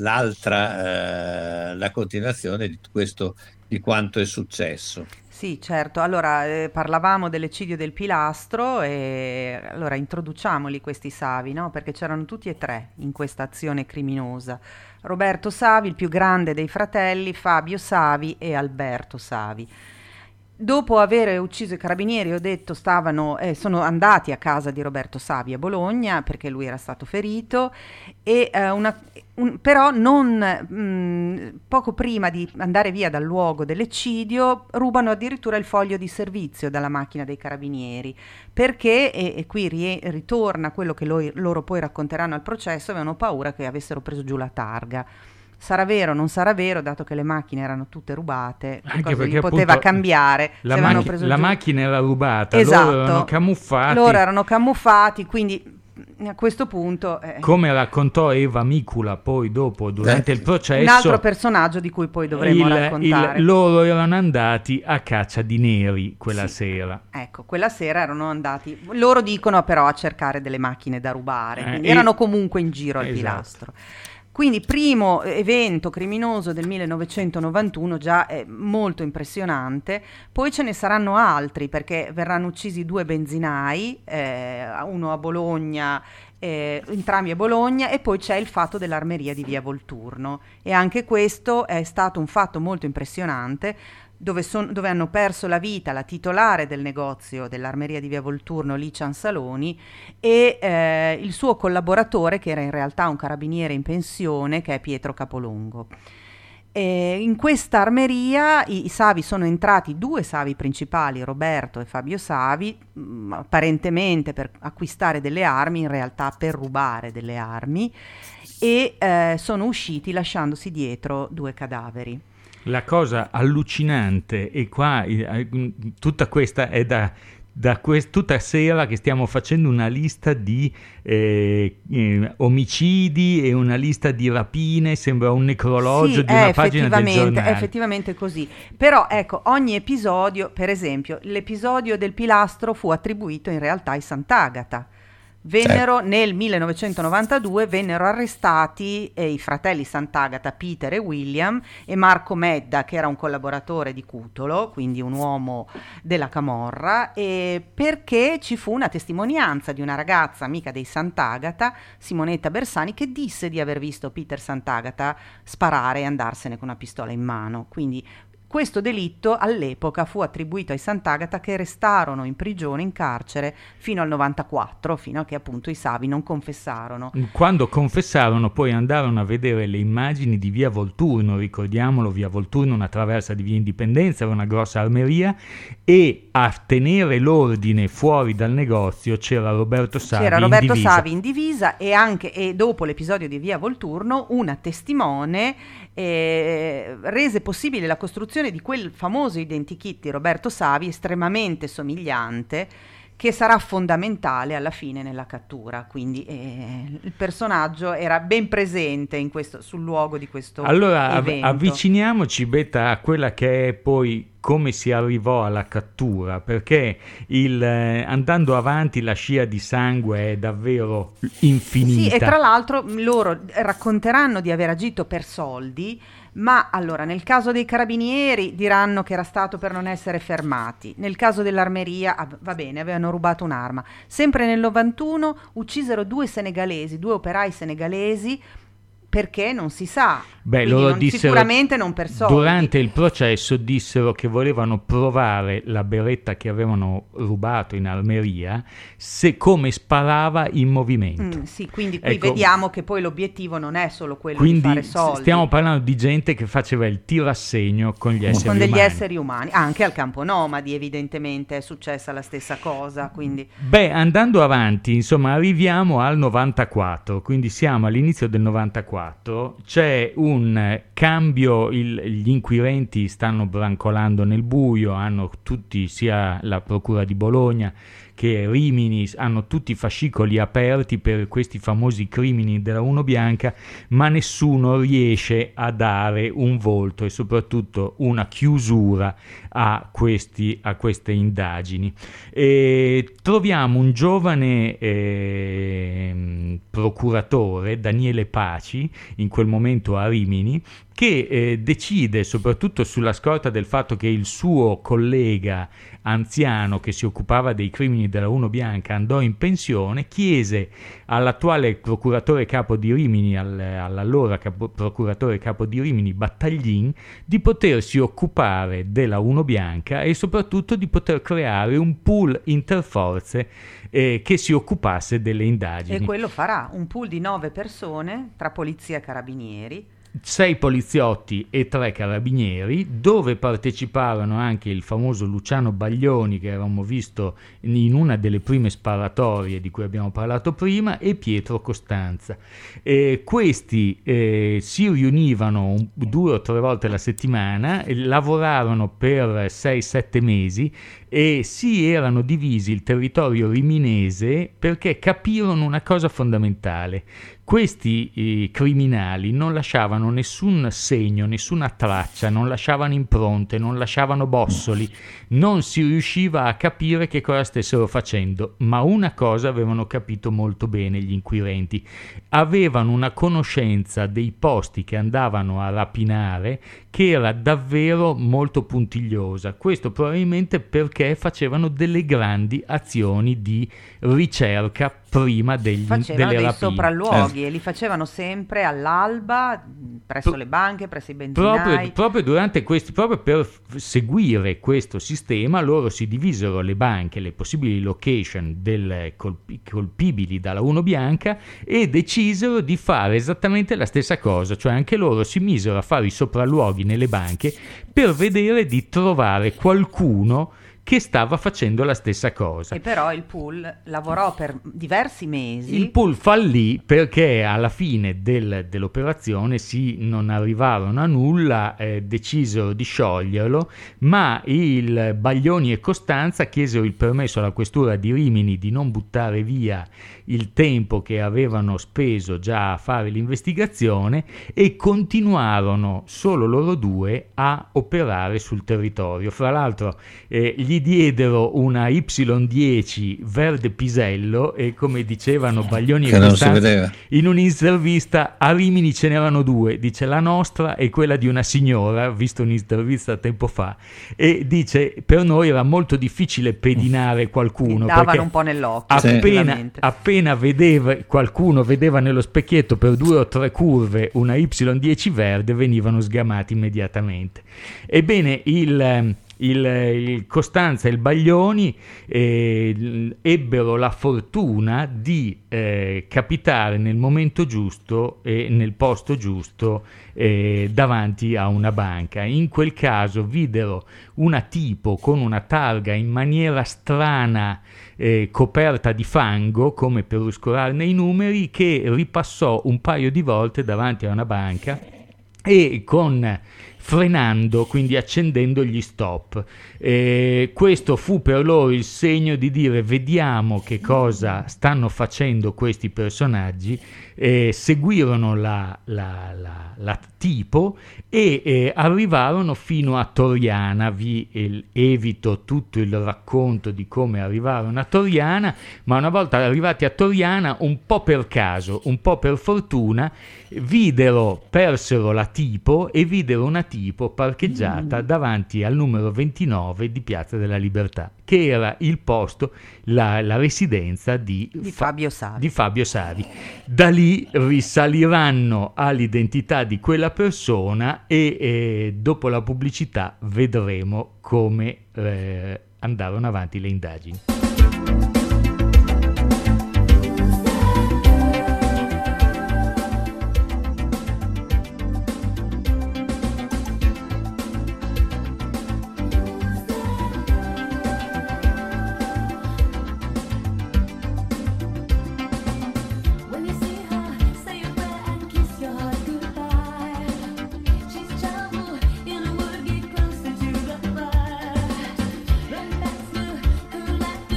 l'altra eh, la continuazione di questo, di quanto è successo. Sì, certo. Allora, eh, parlavamo dell'eccidio del Pilastro e allora introduciamoli questi Savi, no? Perché c'erano tutti e tre in questa azione criminosa. Roberto Savi, il più grande dei fratelli, Fabio Savi e Alberto Savi. Dopo aver ucciso i carabinieri, ho detto, stavano, eh, sono andati a casa di Roberto Savi a Bologna perché lui era stato ferito, e eh, una, un, però non mh, poco prima di andare via dal luogo dell'eccidio rubano addirittura il foglio di servizio dalla macchina dei carabinieri, perché, e, e qui ri- ritorna quello che lo, loro poi racconteranno al processo, avevano paura che avessero preso giù la targa. Sarà vero o non sarà vero, dato che le macchine erano tutte rubate, anche cosa gli poteva cambiare? La, se machi- preso la giù... macchina era rubata, esatto. loro erano camuffati. Loro erano camuffati, quindi a questo punto... Eh, Come raccontò Eva Micula poi dopo, durante eh, il processo... Un altro personaggio di cui poi dovremo il, raccontare. Il, loro erano andati a caccia di neri quella sì. sera. Ecco, quella sera erano andati... Loro dicono però a cercare delle macchine da rubare, eh, quindi e... erano comunque in giro al esatto. pilastro. Quindi primo evento criminoso del millenovecentonovantuno, già è molto impressionante. Poi ce ne saranno altri, perché verranno uccisi due benzinai, eh, uno a Bologna, eh, entrambi a Bologna, e poi c'è il fatto dell'armeria di via Volturno, e anche questo è stato un fatto molto impressionante, dove, son, dove hanno perso la vita la titolare del negozio dell'armeria di via Volturno, Licia Ansaloni, e eh, il suo collaboratore, che era in realtà un carabiniere in pensione, che è Pietro Capolongo. E in questa armeria i, i Savi sono entrati, due Savi principali, Roberto e Fabio Savi, mh, apparentemente per acquistare delle armi, in realtà per rubare delle armi, e eh, sono usciti lasciandosi dietro due cadaveri. La cosa allucinante, e qua tutta questa è da, da quest, tutta sera che stiamo facendo una lista di eh, eh, omicidi e una lista di rapine, sembra un necrologio sì, di una è pagina del giornale. È effettivamente così, però ecco, ogni episodio, per esempio l'episodio del pilastro fu attribuito in realtà ai Sant'Agata. Vennero eh. nel millenovecentonovantadue vennero arrestati eh, i fratelli Sant'Agata, Peter e William, e Marco Medda, che era un collaboratore di Cutolo, quindi un uomo della camorra, e perché ci fu una testimonianza di una ragazza amica dei Sant'Agata, Simonetta Bersani, che disse di aver visto Peter Sant'Agata sparare e andarsene con una pistola in mano. Quindi questo delitto all'epoca fu attribuito ai Sant'Agata, che restarono in prigione, in carcere, fino al novantaquattro, fino a che appunto i Savi non confessarono. Quando confessarono poi andarono a vedere le immagini di via Volturno, ricordiamolo, via Volturno, una traversa di via Indipendenza, era una grossa armeria, e a tenere l'ordine fuori dal negozio c'era Roberto Savi c'era Roberto in divisa. Savi in divisa, e anche e dopo l'episodio di via Volturno una testimone eh, rese possibile la costruzione di quel famoso identikit di Roberto Savi, estremamente somigliante, che sarà fondamentale alla fine nella cattura. Quindi eh, il personaggio era ben presente in questo, sul luogo di questo allora evento. Av- avviciniamoci Betta a quella che è poi come si arrivò alla cattura, perché il, eh, andando avanti la scia di sangue è davvero infinita. Sì, e tra l'altro loro racconteranno di aver agito per soldi, ma allora nel caso dei carabinieri diranno che era stato per non essere fermati, nel caso dell'armeria ah, va bene, avevano rubato un'arma. Sempre nel novantuno uccisero due senegalesi, due operai senegalesi, perché non si sa. Beh, loro non, dissero, sicuramente non per soldi. Durante il processo dissero che volevano provare la beretta che avevano rubato in armeria, se come sparava in movimento. Mm, sì, quindi qui ecco, vediamo che poi l'obiettivo non è solo quello quindi di fare soldi. Stiamo parlando di gente che faceva il tirassegno con gli esseri con degli umani. esseri umani. Anche al campo nomadi evidentemente è successa la stessa cosa. Quindi. Beh, andando avanti, insomma, arriviamo al novantaquattro, quindi siamo all'inizio del novantaquattro, c'è un cambio, il, gli inquirenti stanno brancolando nel buio, hanno tutti, sia la Procura di Bologna che Rimini, hanno tutti i fascicoli aperti per questi famosi crimini della Uno Bianca, ma nessuno riesce a dare un volto e soprattutto una chiusura a, questi, a queste indagini. E troviamo un giovane eh, procuratore, Daniele Paci, in quel momento a Rimini, che eh, decide, soprattutto sulla scorta del fatto che il suo collega anziano che si occupava dei crimini della Uno Bianca andò in pensione, chiese all'attuale procuratore capo di Rimini, al, all'allora capo, procuratore capo di Rimini, Battaglin, di potersi occupare della Uno Bianca e soprattutto di poter creare un pool interforze eh, che si occupasse delle indagini. E quello farà, un pool di nove persone tra polizia e carabinieri, sei poliziotti e tre carabinieri, dove parteciparono anche il famoso Luciano Baglioni, che avevamo visto in una delle prime sparatorie di cui abbiamo parlato prima, e Pietro Costanza. E questi eh, si riunivano un, due o tre volte alla settimana, lavorarono per sei sette mesi e si erano divisi il territorio riminese perché capirono una cosa fondamentale. Questi eh, criminali non lasciavano nessun segno, nessuna traccia, non lasciavano impronte, non lasciavano bossoli, non si riusciva a capire che cosa stessero facendo, ma una cosa avevano capito molto bene gli inquirenti: avevano una conoscenza dei posti che andavano a rapinare che era davvero molto puntigliosa. Questo probabilmente perché facevano delle grandi azioni di ricerca prima degli, facevano delle dei rapine. sopralluoghi Eh. e li facevano sempre all'alba presso Pro- le banche, presso i benzinai. Proprio, proprio durante questi, proprio per f- seguire questo sistema, loro si divisero le banche, le possibili location delle colpi- colpibili dalla uno bianca, e decisero di fare esattamente la stessa cosa, cioè anche loro si misero a fare i sopralluoghi nelle banche per vedere di trovare qualcuno che stava facendo la stessa cosa. E però il pool lavorò per diversi mesi. Il pool fallì perché alla fine del, dell'operazione si non arrivarono a nulla, eh, decisero di scioglierlo, ma il Baglioni e Costanza chiesero il permesso alla questura di Rimini di non buttare via il tempo che avevano speso già a fare l'investigazione e continuarono solo loro due a operare sul territorio. Fra l'altro eh, gli diedero una Y dieci verde pisello e, come dicevano Baglioni che e non Costanza, si vedeva. in un'intervista a Rimini ce n'erano due, dice la nostra e quella di una signora, visto un'intervista tempo fa, e dice per noi era molto difficile pedinare qualcuno, davano perché un po' nell'occhio. appena, appena vedeva qualcuno vedeva nello specchietto per due o tre curve una Y dieci verde, venivano sgamati immediatamente. Ebbene il Il, il Costanza e il Baglioni eh, ebbero la fortuna di eh, capitare nel momento giusto e nel posto giusto eh, davanti a una banca. In quel caso videro una tipo con una targa in maniera strana eh, coperta di fango, come per oscurarne i numeri, che ripassò un paio di volte davanti a una banca e con frenando, quindi accendendo gli stop. Eh, questo fu per loro il segno di dire: vediamo che cosa stanno facendo questi personaggi. Eh, seguirono la, la, la, la tipo e eh, arrivarono fino a Toriana. Vi eh, evito tutto il racconto di come arrivarono a Toriana, ma una volta arrivati a Toriana, un po' per caso, un po' per fortuna, videro, persero la tipo e videro una tipo parcheggiata mm. davanti al numero ventinove di Piazza della Libertà, che era il posto, la, la residenza di, di, Fa- Fabio Savi. di Fabio Savi. Da lì risaliranno all'identità di quella persona e eh, dopo la pubblicità vedremo come eh, andarono avanti le indagini. Run back to, come back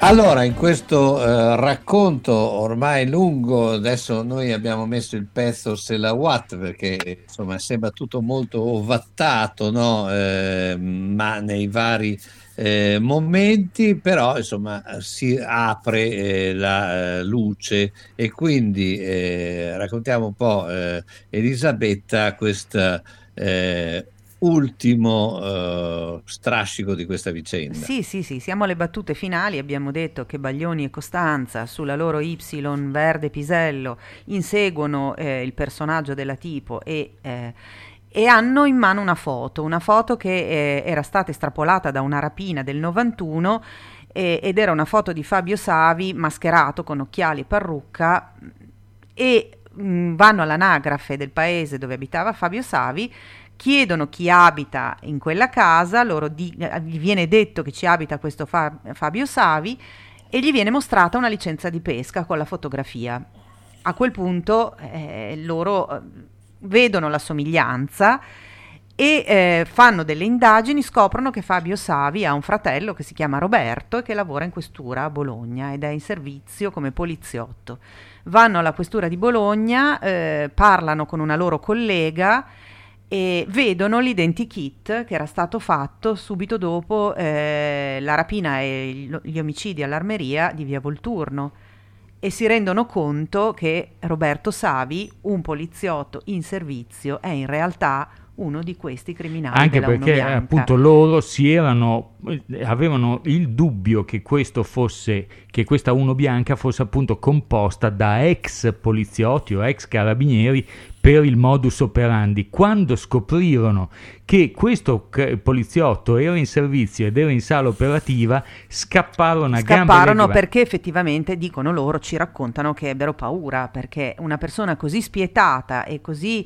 Allora, in questo eh, racconto ormai lungo, adesso noi abbiamo messo il pezzo Se la Watt perché insomma sembra tutto molto ovattato, no? Eh, ma nei vari eh, momenti, però insomma si apre eh, la eh, luce e quindi eh, raccontiamo un po', eh, Elisabetta, questa eh, ultimo eh, strascico di questa vicenda. Sì, sì, sì, siamo alle battute finali, abbiamo detto che Baglioni e Costanza sulla loro Y Verde Pisello inseguono eh, il personaggio della Tipo e, eh, e hanno in mano una foto, una foto che eh, era stata estrapolata da una rapina del novantuno eh, ed era una foto di Fabio Savi mascherato con occhiali e parrucca e mh, vanno all'anagrafe del paese dove abitava Fabio Savi, chiedono chi abita in quella casa, loro di, gli viene detto che ci abita questo Fa, Fabio Savi e gli viene mostrata una licenza di pesca con la fotografia. A quel punto eh, loro eh, vedono la somiglianza e eh, fanno delle indagini, scoprono che Fabio Savi ha un fratello che si chiama Roberto e che lavora in questura a Bologna ed è in servizio come poliziotto. Vanno alla questura di Bologna, eh, parlano con una loro collega e vedono l'identikit che era stato fatto subito dopo eh, la rapina e gli omicidi all'Armeria di via Volturno e si rendono conto che Roberto Savi, un poliziotto in servizio, è in realtà uno di questi criminali anche della perché Uno Bianca. appunto loro si erano avevano il dubbio che questo fosse che questa Uno Bianca fosse appunto composta da ex poliziotti o ex carabinieri per il modus operandi. Quando scoprirono che questo poliziotto era in servizio ed era in sala operativa, scapparono a gambe Scapparono perché effettivamente, dicono loro, ci raccontano che ebbero paura, perché una persona così spietata e così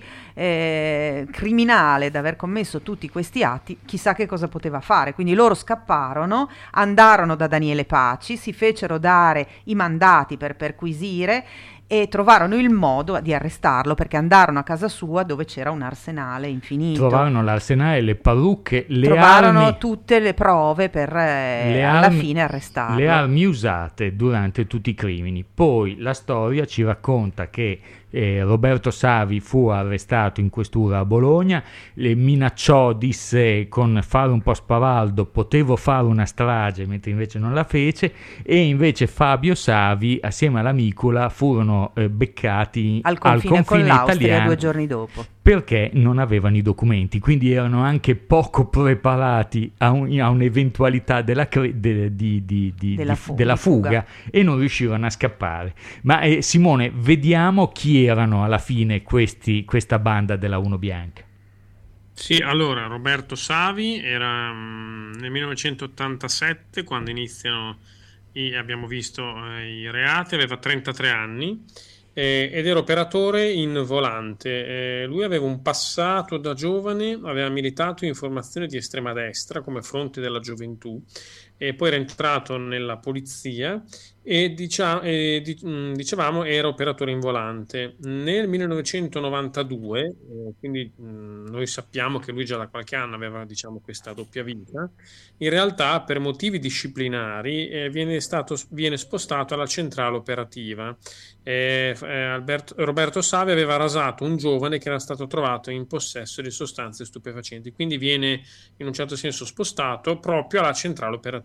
eh, criminale da aver commesso tutti questi atti, chissà che cosa poteva fare. Quindi loro scapparono, andarono da Daniele Paci, si fecero dare i mandati per perquisire e trovarono il modo di arrestarlo perché andarono a casa sua dove c'era un arsenale infinito. Trovarono l'arsenale, le parrucche, le Trovarono armi, tutte le prove per eh, le alla armi, fine arrestarlo. le armi usate durante tutti i crimini. Poi la storia ci racconta che eh, Roberto Savi fu arrestato in questura a Bologna, le minacciò, disse con fare un po' spavaldo potevo fare una strage, mentre invece non la fece, e invece Fabio Savi assieme all'amicola furono eh, beccati al confine, al confine con l'Austria italiano due giorni dopo, perché non avevano i documenti, quindi erano anche poco preparati a, un, a un'eventualità della, cre- de, di, di, di, della, di, fu- della fuga, fuga e non riuscirono a scappare. Ma eh, Simone, vediamo chi erano alla fine questi, questa banda della Uno Bianca. Sì, allora Roberto Savi era mh, nel millenovecentottantasette quando iniziano i, abbiamo visto eh, i reati, aveva trentatré anni eh, ed era operatore in volante. Eh, lui aveva un passato da giovane, aveva militato in formazione di estrema destra come Fronte della Gioventù e poi era entrato nella polizia e diciamo, eh, dicevamo era operatore in volante. Nel millenovecentonovantadue, eh, quindi mh, noi sappiamo che lui già da qualche anno aveva diciamo questa doppia vita, in realtà per motivi disciplinari eh, viene, stato, viene spostato alla centrale operativa. Eh, eh, Alberto, Roberto Savi aveva rasato un giovane che era stato trovato in possesso di sostanze stupefacenti, quindi viene in un certo senso spostato proprio alla centrale operativa.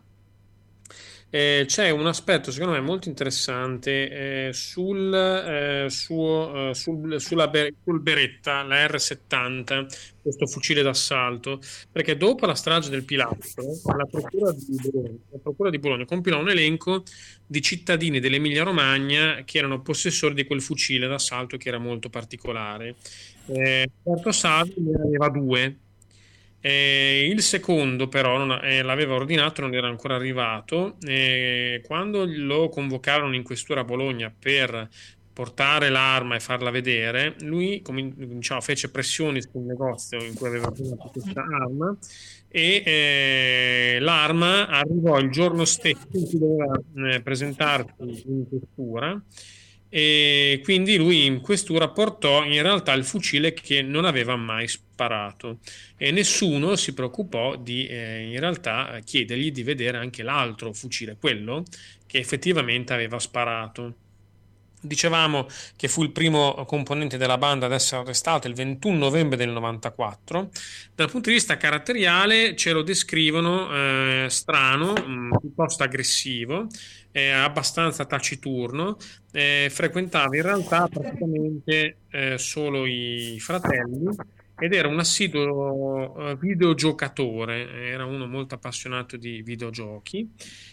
Eh, c'è un aspetto secondo me molto interessante eh, sul, eh, suo, eh, sul, sulla ber- sul Beretta, la erre settanta, questo fucile d'assalto, perché dopo la strage del Pilastro la procura di Bologna, la procura di Bologna compilò un elenco di cittadini dell'Emilia Romagna che erano possessori di quel fucile d'assalto che era molto particolare. eh, Roberto Savi ne aveva due. Eh, il secondo però non, eh, l'aveva ordinato, non era ancora arrivato. Eh, quando lo convocarono in questura a Bologna per portare l'arma e farla vedere, lui com- diciamo, fece pressioni sul negozio in cui aveva ordinato questa arma e eh, l'arma arrivò il giorno stesso in cui doveva eh, presentarsi in questura. e quindi lui in questura portò in realtà il fucile che non aveva mai sparato e nessuno si preoccupò di eh, in realtà chiedergli di vedere anche l'altro fucile, quello che effettivamente aveva sparato. Dicevamo che fu il primo componente della banda ad essere arrestato il ventuno novembre del novantaquattro. Dal punto di vista caratteriale ce lo descrivono eh, strano, mh, piuttosto aggressivo, eh, abbastanza taciturno, eh, frequentava in realtà praticamente eh, solo i fratelli ed era un assiduo eh, videogiocatore, era uno molto appassionato di videogiochi.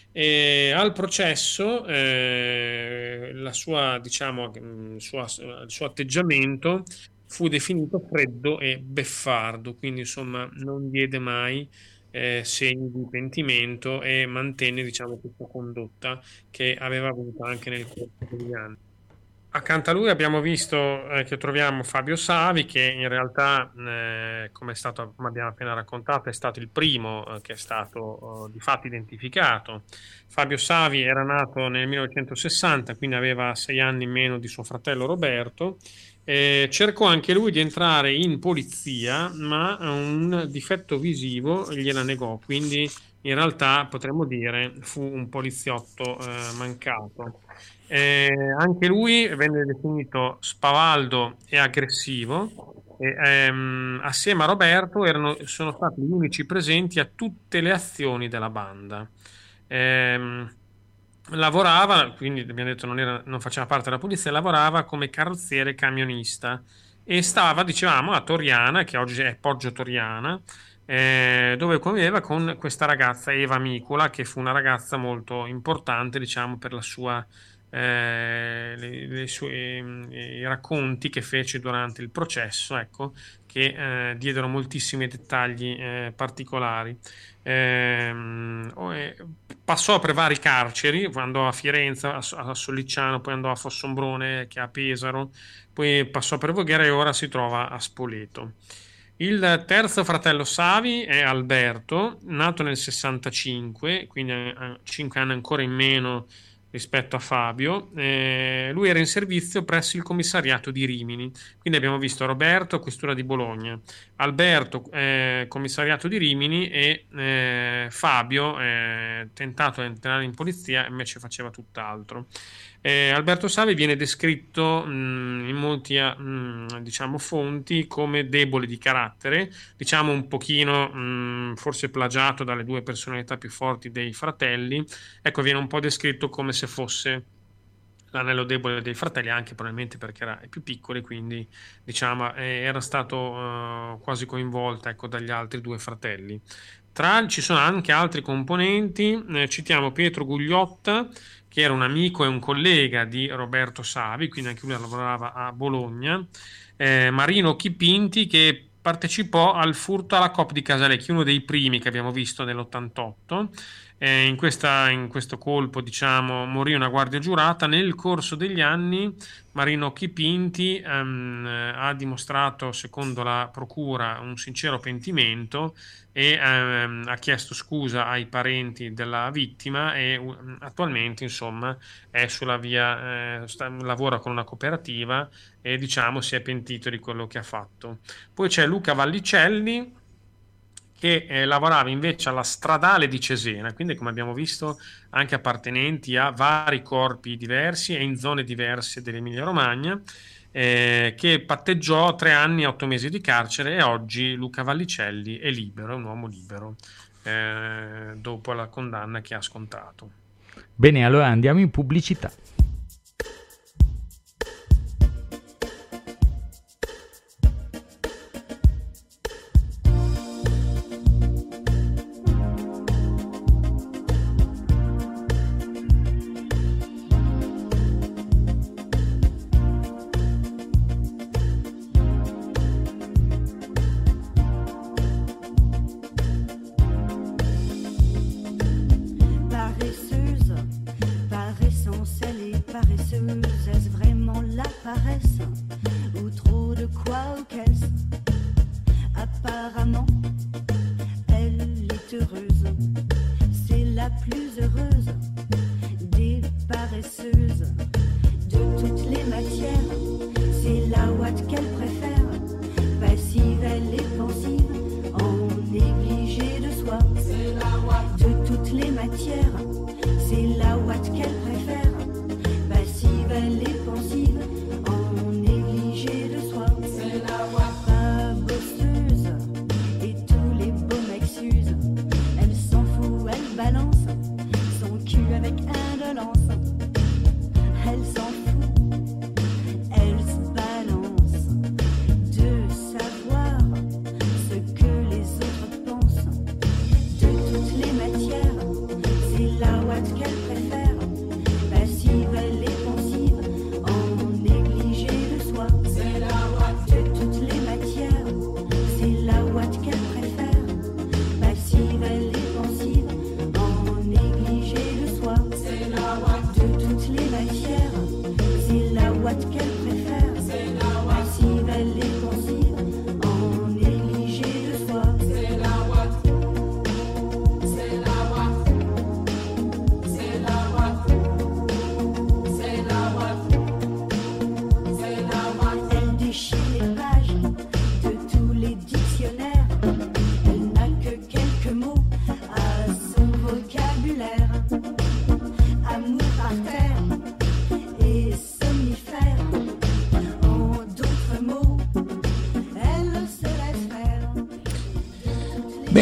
E al processo eh, la sua, diciamo, mh, sua, il suo atteggiamento fu definito freddo e beffardo, quindi insomma non diede mai eh, segni di pentimento e mantenne, diciamo, questa condotta che aveva avuto anche nel corso degli anni. Accanto a lui abbiamo visto eh, che troviamo Fabio Savi, che in realtà, eh, come, è stato, come abbiamo appena raccontato, è stato il primo eh, che è stato eh, di fatto identificato. Fabio Savi era nato nel millenovecentosessanta, quindi aveva sei anni in meno di suo fratello Roberto. Eh, cercò anche lui di entrare in polizia, ma un difetto visivo gliela negò, quindi in realtà potremmo dire fu un poliziotto eh, mancato. Eh, anche lui venne definito spavaldo e aggressivo e, ehm, assieme a Roberto erano, sono stati gli unici presenti a tutte le azioni della banda. Ehm, lavorava, quindi abbiamo detto non, era, non faceva parte della polizia, lavorava come carrozziere camionista e stava, dicevamo, a Toriana, che oggi è Poggio Toriana, eh, dove conviveva con questa ragazza Eva Micola, che fu una ragazza molto importante, diciamo, per la sua Eh, le, le sue, i racconti che fece durante il processo, ecco, che eh, diedero moltissimi dettagli eh, particolari. Eh, passò per vari carceri, andò a Firenze, a, a Sollicciano, poi andò a Fossombrone, che è a Pesaro, poi passò per Voghera e ora si trova a Spoleto. Il terzo fratello Savi è Alberto, nato nel sessantacinque, quindi ha cinque anni ancora in meno rispetto a Fabio. Eh, lui era in servizio presso il commissariato di Rimini, quindi abbiamo visto Roberto, questura di Bologna, Alberto, eh, commissariato di Rimini, e eh, Fabio, eh, tentato di entrare in polizia, invece faceva tutt'altro. Eh, Alberto Savi viene descritto mh, in molti mh, diciamo fonti come debole di carattere, diciamo un pochino mh, forse plagiato dalle due personalità più forti dei fratelli. Ecco, viene un po' descritto come se fosse l'anello debole dei fratelli, anche probabilmente perché era più piccolo e quindi, diciamo, eh, era stato uh, quasi coinvolto, ecco, dagli altri due fratelli. Tra, ci sono anche altri componenti, eh, citiamo Pietro Gugliotta, che era un amico e un collega di Roberto Savi, quindi anche lui lavorava a Bologna, eh, Marino Chipinti, che partecipò al furto alla Coop di Casalecchi, uno dei primi che abbiamo visto nell'ottantotto. Eh, in, questa, in questo colpo, diciamo, morì una guardia giurata. Nel corso degli anni Marino Chipinti ehm, ha dimostrato, secondo la procura, un sincero pentimento e ehm, ha chiesto scusa ai parenti della vittima e uh, attualmente, insomma, è sulla via, eh, sta, lavora con una cooperativa e, diciamo, si è pentito di quello che ha fatto. Poi c'è Luca Vallicelli, che eh, lavorava invece alla Stradale di Cesena, quindi, come abbiamo visto, anche appartenenti a vari corpi diversi e in zone diverse dell'Emilia Romagna, eh, che patteggiò tre anni e otto mesi di carcere, e oggi Luca Vallicelli è libero, è un uomo libero, eh, dopo la condanna che ha scontato. Bene, allora andiamo in pubblicità. plus heureuse des paresseuses de toutes les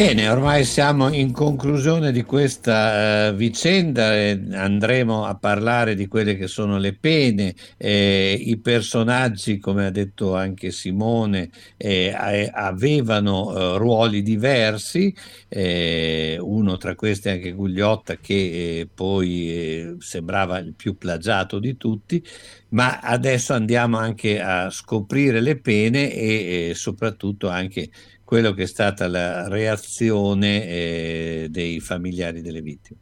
Bene, ormai siamo in conclusione di questa uh, vicenda e andremo a parlare di quelle che sono le pene. Eh, i personaggi, come ha detto anche Simone, eh, avevano uh, ruoli diversi, eh, uno tra questi anche Gugliotta, che eh, poi eh, sembrava il più plagiato di tutti, ma adesso andiamo anche a scoprire le pene e eh, soprattutto anche quello che è stata la reazione eh, dei familiari delle vittime.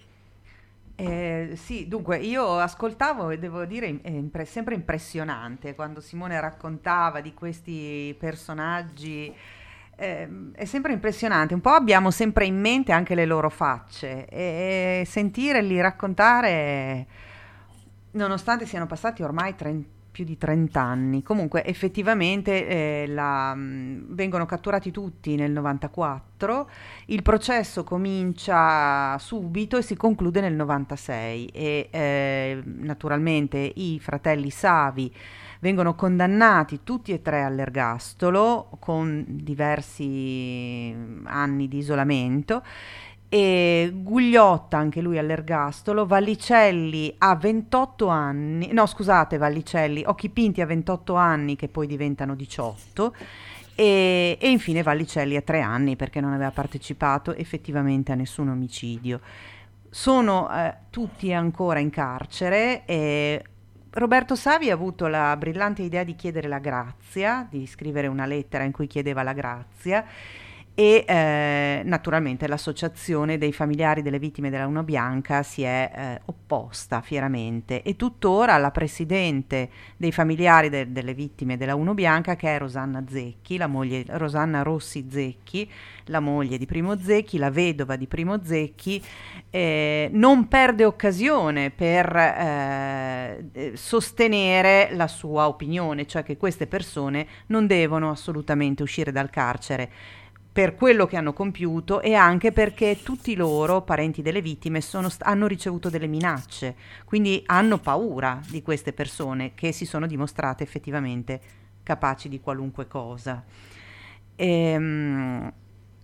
Eh, sì, dunque io ascoltavo e devo dire è impre- sempre impressionante quando Simone raccontava di questi personaggi, eh, è sempre impressionante, un po' abbiamo sempre in mente anche le loro facce e sentirli raccontare, nonostante siano passati ormai trenta più di trenta anni. Comunque effettivamente eh, la, mh, vengono catturati tutti nel novantaquattro, il processo comincia subito e si conclude nel novantasei e eh, naturalmente i fratelli Savi vengono condannati tutti e tre all'ergastolo con diversi anni di isolamento. E Gugliotta anche lui all'ergastolo, Vallicelli a ventotto anni, no scusate Vallicelli, Occhipinti a ventotto anni che poi diventano diciotto e, e infine Vallicelli a tre anni perché non aveva partecipato effettivamente a nessun omicidio. Sono eh, tutti ancora in carcere e Roberto Savi ha avuto la brillante idea di chiedere la grazia, di scrivere una lettera in cui chiedeva la grazia e eh, naturalmente l'associazione dei familiari delle vittime della Luna Bianca si è eh, opposta fieramente e tuttora la presidente dei familiari de- delle vittime della Luna Bianca, che è Rosanna Zecchi, la moglie Rosanna Rossi Zecchi, la moglie di Primo Zecchi, la vedova di Primo Zecchi, eh, non perde occasione per eh, sostenere la sua opinione, cioè che queste persone non devono assolutamente uscire dal carcere per quello che hanno compiuto e anche perché tutti loro, parenti delle vittime, sono, hanno ricevuto delle minacce, quindi hanno paura di queste persone che si sono dimostrate effettivamente capaci di qualunque cosa. Ehm,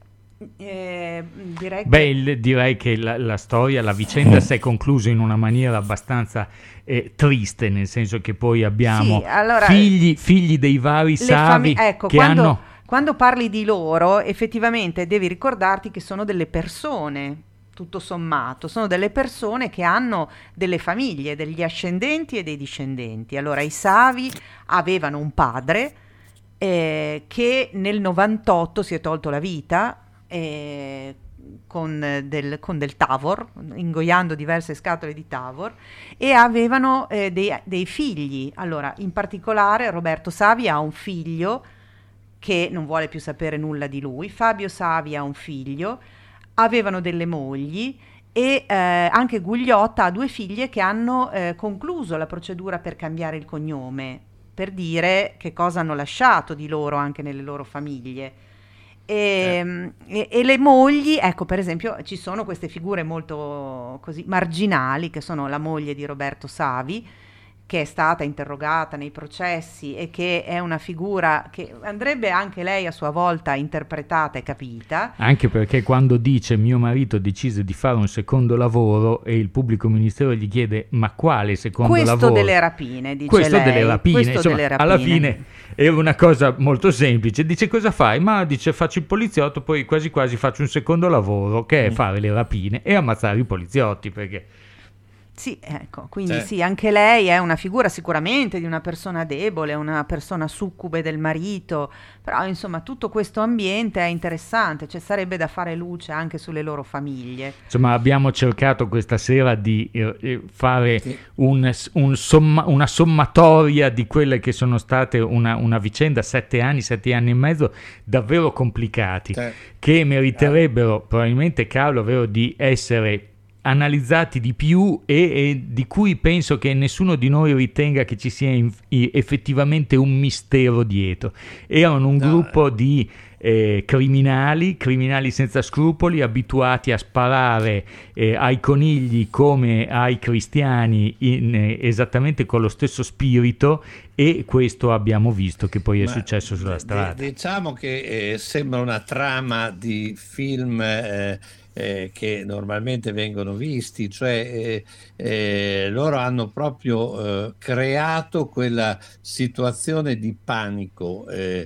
eh, direi Beh, che... il, direi che la, la storia, la vicenda si è conclusa in una maniera abbastanza eh, triste, nel senso che poi abbiamo Sì, allora, figli, figli dei vari Savi fami- ecco, che quando... hanno... Quando parli di loro, effettivamente devi ricordarti che sono delle persone, tutto sommato, sono delle persone che hanno delle famiglie, degli ascendenti e dei discendenti. Allora, i Savi avevano un padre eh, che nel novantotto si è tolto la vita eh, con, del, con del Tavor, ingoiando diverse scatole di Tavor, e avevano eh, dei, dei figli. Allora, in particolare Roberto Savi ha un figlio che non vuole più sapere nulla di lui, Fabio Savi ha un figlio, avevano delle mogli e eh, anche Gugliotta ha due figlie che hanno eh, concluso la procedura per cambiare il cognome, per dire che cosa hanno lasciato di loro anche nelle loro famiglie. E, eh. e, e le mogli, ecco, per esempio ci sono queste figure molto così marginali che sono la moglie di Roberto Savi, che è stata interrogata nei processi e che è una figura che andrebbe anche lei a sua volta interpretata e capita. Anche perché quando dice mio marito decise di fare un secondo lavoro e il pubblico ministero gli chiede ma quale secondo Questo lavoro? delle rapine, dice Questo lei. delle rapine, Questo insomma, delle rapine. alla fine era una cosa molto semplice. Dice cosa fai? Ma dice faccio il poliziotto, poi quasi quasi faccio un secondo lavoro che è fare le rapine e ammazzare i poliziotti, perché... Sì, ecco, quindi Sì. sì, anche lei è una figura sicuramente di una persona debole, una persona succube del marito, però insomma tutto questo ambiente è interessante, cioè sarebbe da fare luce anche sulle loro famiglie. Insomma, abbiamo cercato questa sera di eh, fare Sì. un, un somma, una sommatoria di quelle che sono state una, una vicenda, sette anni, sette anni e mezzo, davvero complicati, Sì. che meriterebbero probabilmente, Carlo, vero, di essere analizzati di più e, e di cui penso che nessuno di noi ritenga che ci sia in, i, effettivamente un mistero dietro. Erano un No. gruppo di eh, criminali, criminali senza scrupoli, abituati a sparare eh, ai conigli come ai cristiani, in, eh, esattamente con lo stesso spirito, e questo abbiamo visto che poi è Ma successo sulla strada. d- diciamo che eh, sembra una trama di film eh, eh, che normalmente vengono visti, cioè eh, eh, loro hanno proprio eh, creato quella situazione di panico eh,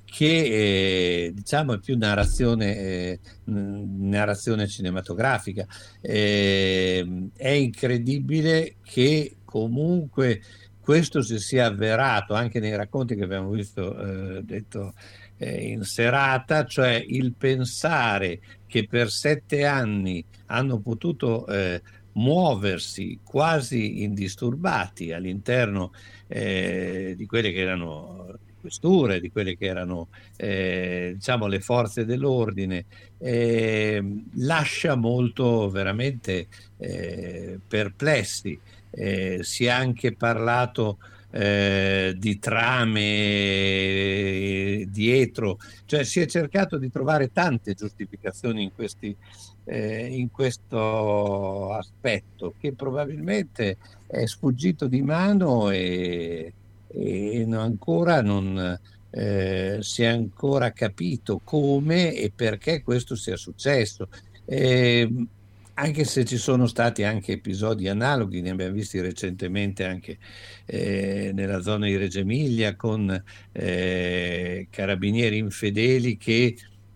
che eh, diciamo è più narrazione, eh, narrazione cinematografica. Eh, è incredibile che comunque questo si sia avverato anche nei racconti che abbiamo visto eh, detto eh, in serata, cioè il pensare che per sette anni hanno potuto eh, muoversi quasi indisturbati all'interno eh, di quelle che erano questure, di quelle che erano eh, diciamo le forze dell'ordine, eh, lascia molto veramente eh, perplessi. Eh, si è anche parlato eh, di trame eh, dietro, cioè si è cercato di trovare tante giustificazioni in questi eh, in questo aspetto che probabilmente è sfuggito di mano e, e non- ancora non eh, si è ancora capito come e perché questo sia successo. Eh, Anche se ci sono stati anche episodi analoghi, ne abbiamo visti recentemente anche eh, nella zona di Reggio Emilia con eh, carabinieri infedeli che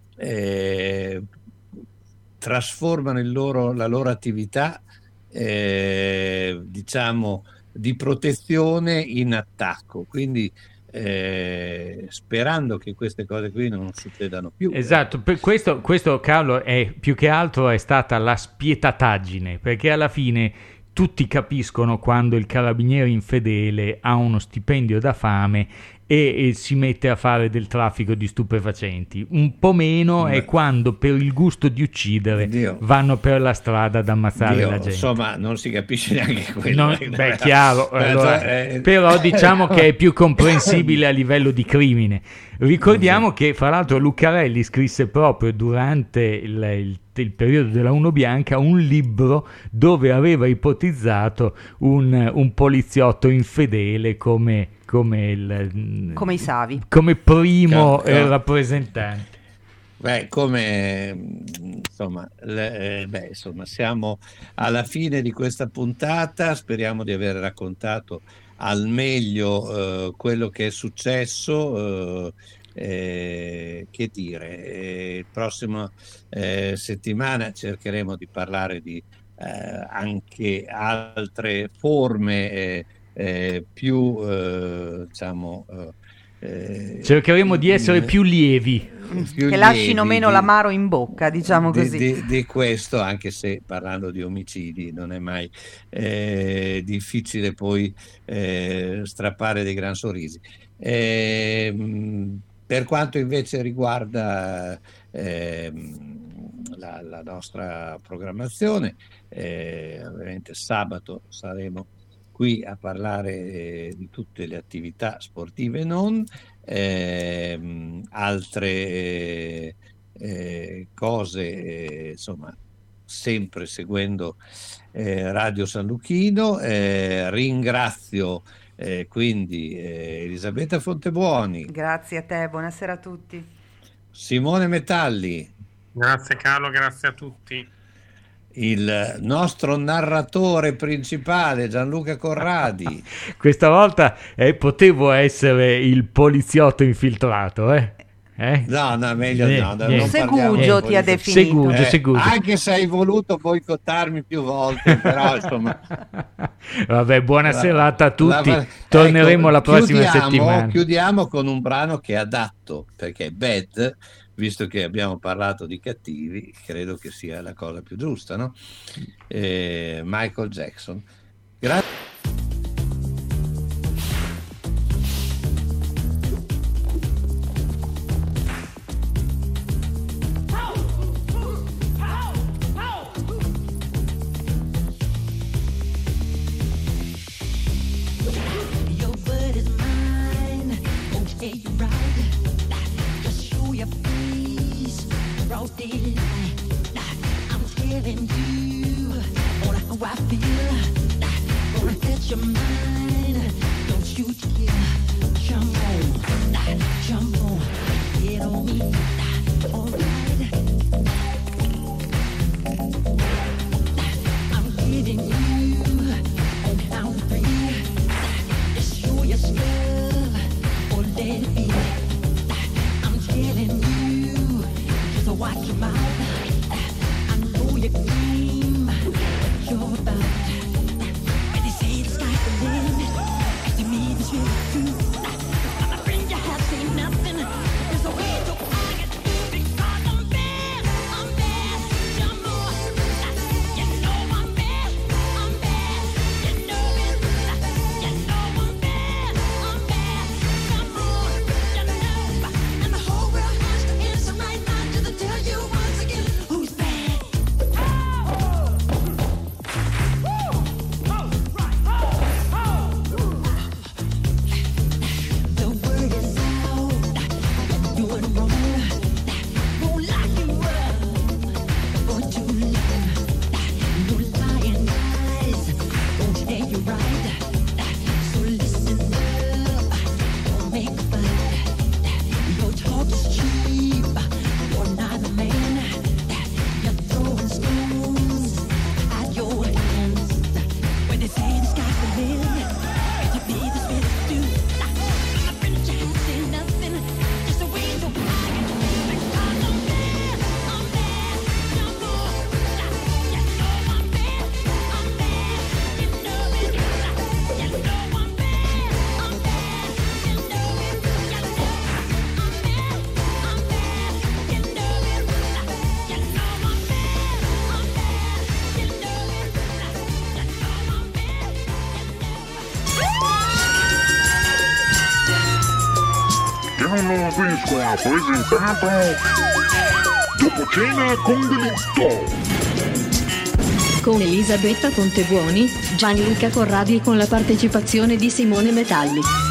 eh, trasformano il loro- la loro attività, eh, diciamo, di protezione in attacco. Quindi eh, sperando che queste cose qui non succedano più. Esatto, per questo, questo Carlo è più che altro è stata la spietataggine, perché alla fine tutti capiscono quando il carabiniere infedele ha uno stipendio da fame e, e si mette a fare del traffico di stupefacenti. Un po' meno Beh. è quando per il gusto di uccidere Dio. vanno per la strada ad ammazzare Dio, la gente. insomma, non si capisce neanche quello. Non- beh, chiaro, allora, Eh, però diciamo che è più comprensibile a livello di crimine. Ricordiamo che fra l'altro Lucarelli scrisse proprio durante il, il- il periodo della Uno Bianca un libro dove aveva ipotizzato un, un poliziotto infedele come, come, il, Come i Savi. come primo Cal- eh, cal- rappresentante. Beh, come insomma, le- eh, beh, insomma, siamo alla fine di questa puntata, speriamo di aver raccontato al meglio eh, quello che è successo. eh, eh, che dire, eh, il prossimo eh, settimana cercheremo di parlare di eh, anche altre forme eh, eh, più eh, diciamo eh, eh, Cercheremo di essere più lievi. più Che lascino lievi meno di- l'amaro in bocca, diciamo di, così. di- di questo, anche se parlando di omicidi non è mai eh, difficile poi eh, strappare dei gran sorrisi. Ehm, per quanto invece riguarda ehm, la, la nostra programmazione, eh, ovviamente sabato saremo qui a parlare eh, di tutte le attività sportive e non, ehm, altre eh, eh, cose, eh, insomma, sempre seguendo eh, Radio San Luchino. Eh, ringrazio eh, quindi eh, Elisabetta Fontebuoni, Grazie a te, buonasera a tutti. Simone Metalli, Grazie Carlo, grazie a tutti. il nostro narratore principale Gianluca Corradi. Questa volta eh, potevo essere il poliziotto infiltrato, eh? Eh? No, no, meglio Eh, no, niente. non parliamo di Segugio ti ha politica. definito. Segugio, Eh, segugio. anche se hai voluto boicottarmi più volte, però insomma. Vabbè, buona La- serata a tutti. la- Torneremo ecco, la prossima chiudiamo- settimana. Chiudiamo con un brano che è adatto, perché Bad, visto che abbiamo parlato di cattivi, credo che sia la cosa più giusta, no? Eh, Michael Jackson. Grazie. Your word is mine. Okay, you're right. Just show your feet. broad daylight. I'm telling you all how I feel. Gonna touch your mind. Don't you dare jump on, jump on, get on me. Alright. I'm giving you on count three. Just show your stuff or let it be. I'm telling you, just watch your mouth. I know your game, what you're about. When they say the sky's the limit, to me this really true. My friend, you have seen nothing. There's a way to argue because I'm bad, I'm bad, some more. You know I'm bad, I'm bad. You know it, you know I'm bad, I'm bad, some more. You know, and the whole world has to answer right now to tell you once again who's bad. The word is out, you're doing wrong. Won't lock you up for too long. No lying eyes won't stay you right. So listen up, don't make a fight. Your talk is cheap, you're not a man. You're throwing stones at your hands. When they say the sky's the limit, to be the spirit do. My friend, you have seen nothing, just a way to hide. Because I'm bad, I'm bad, some more. You know I'm bad, I'm bad, you know it. You know I'm bad, I'm bad, you know it. You know I'm bad, I'm bad, you know it. You know I'm bad, I'm bad, you know it. You know I'm Chiamo Visco ha presentato Dopo cena con delitto. Con Elisabetta Contebuoni, Gianluca Corradi e con la partecipazione di Simone Metalli.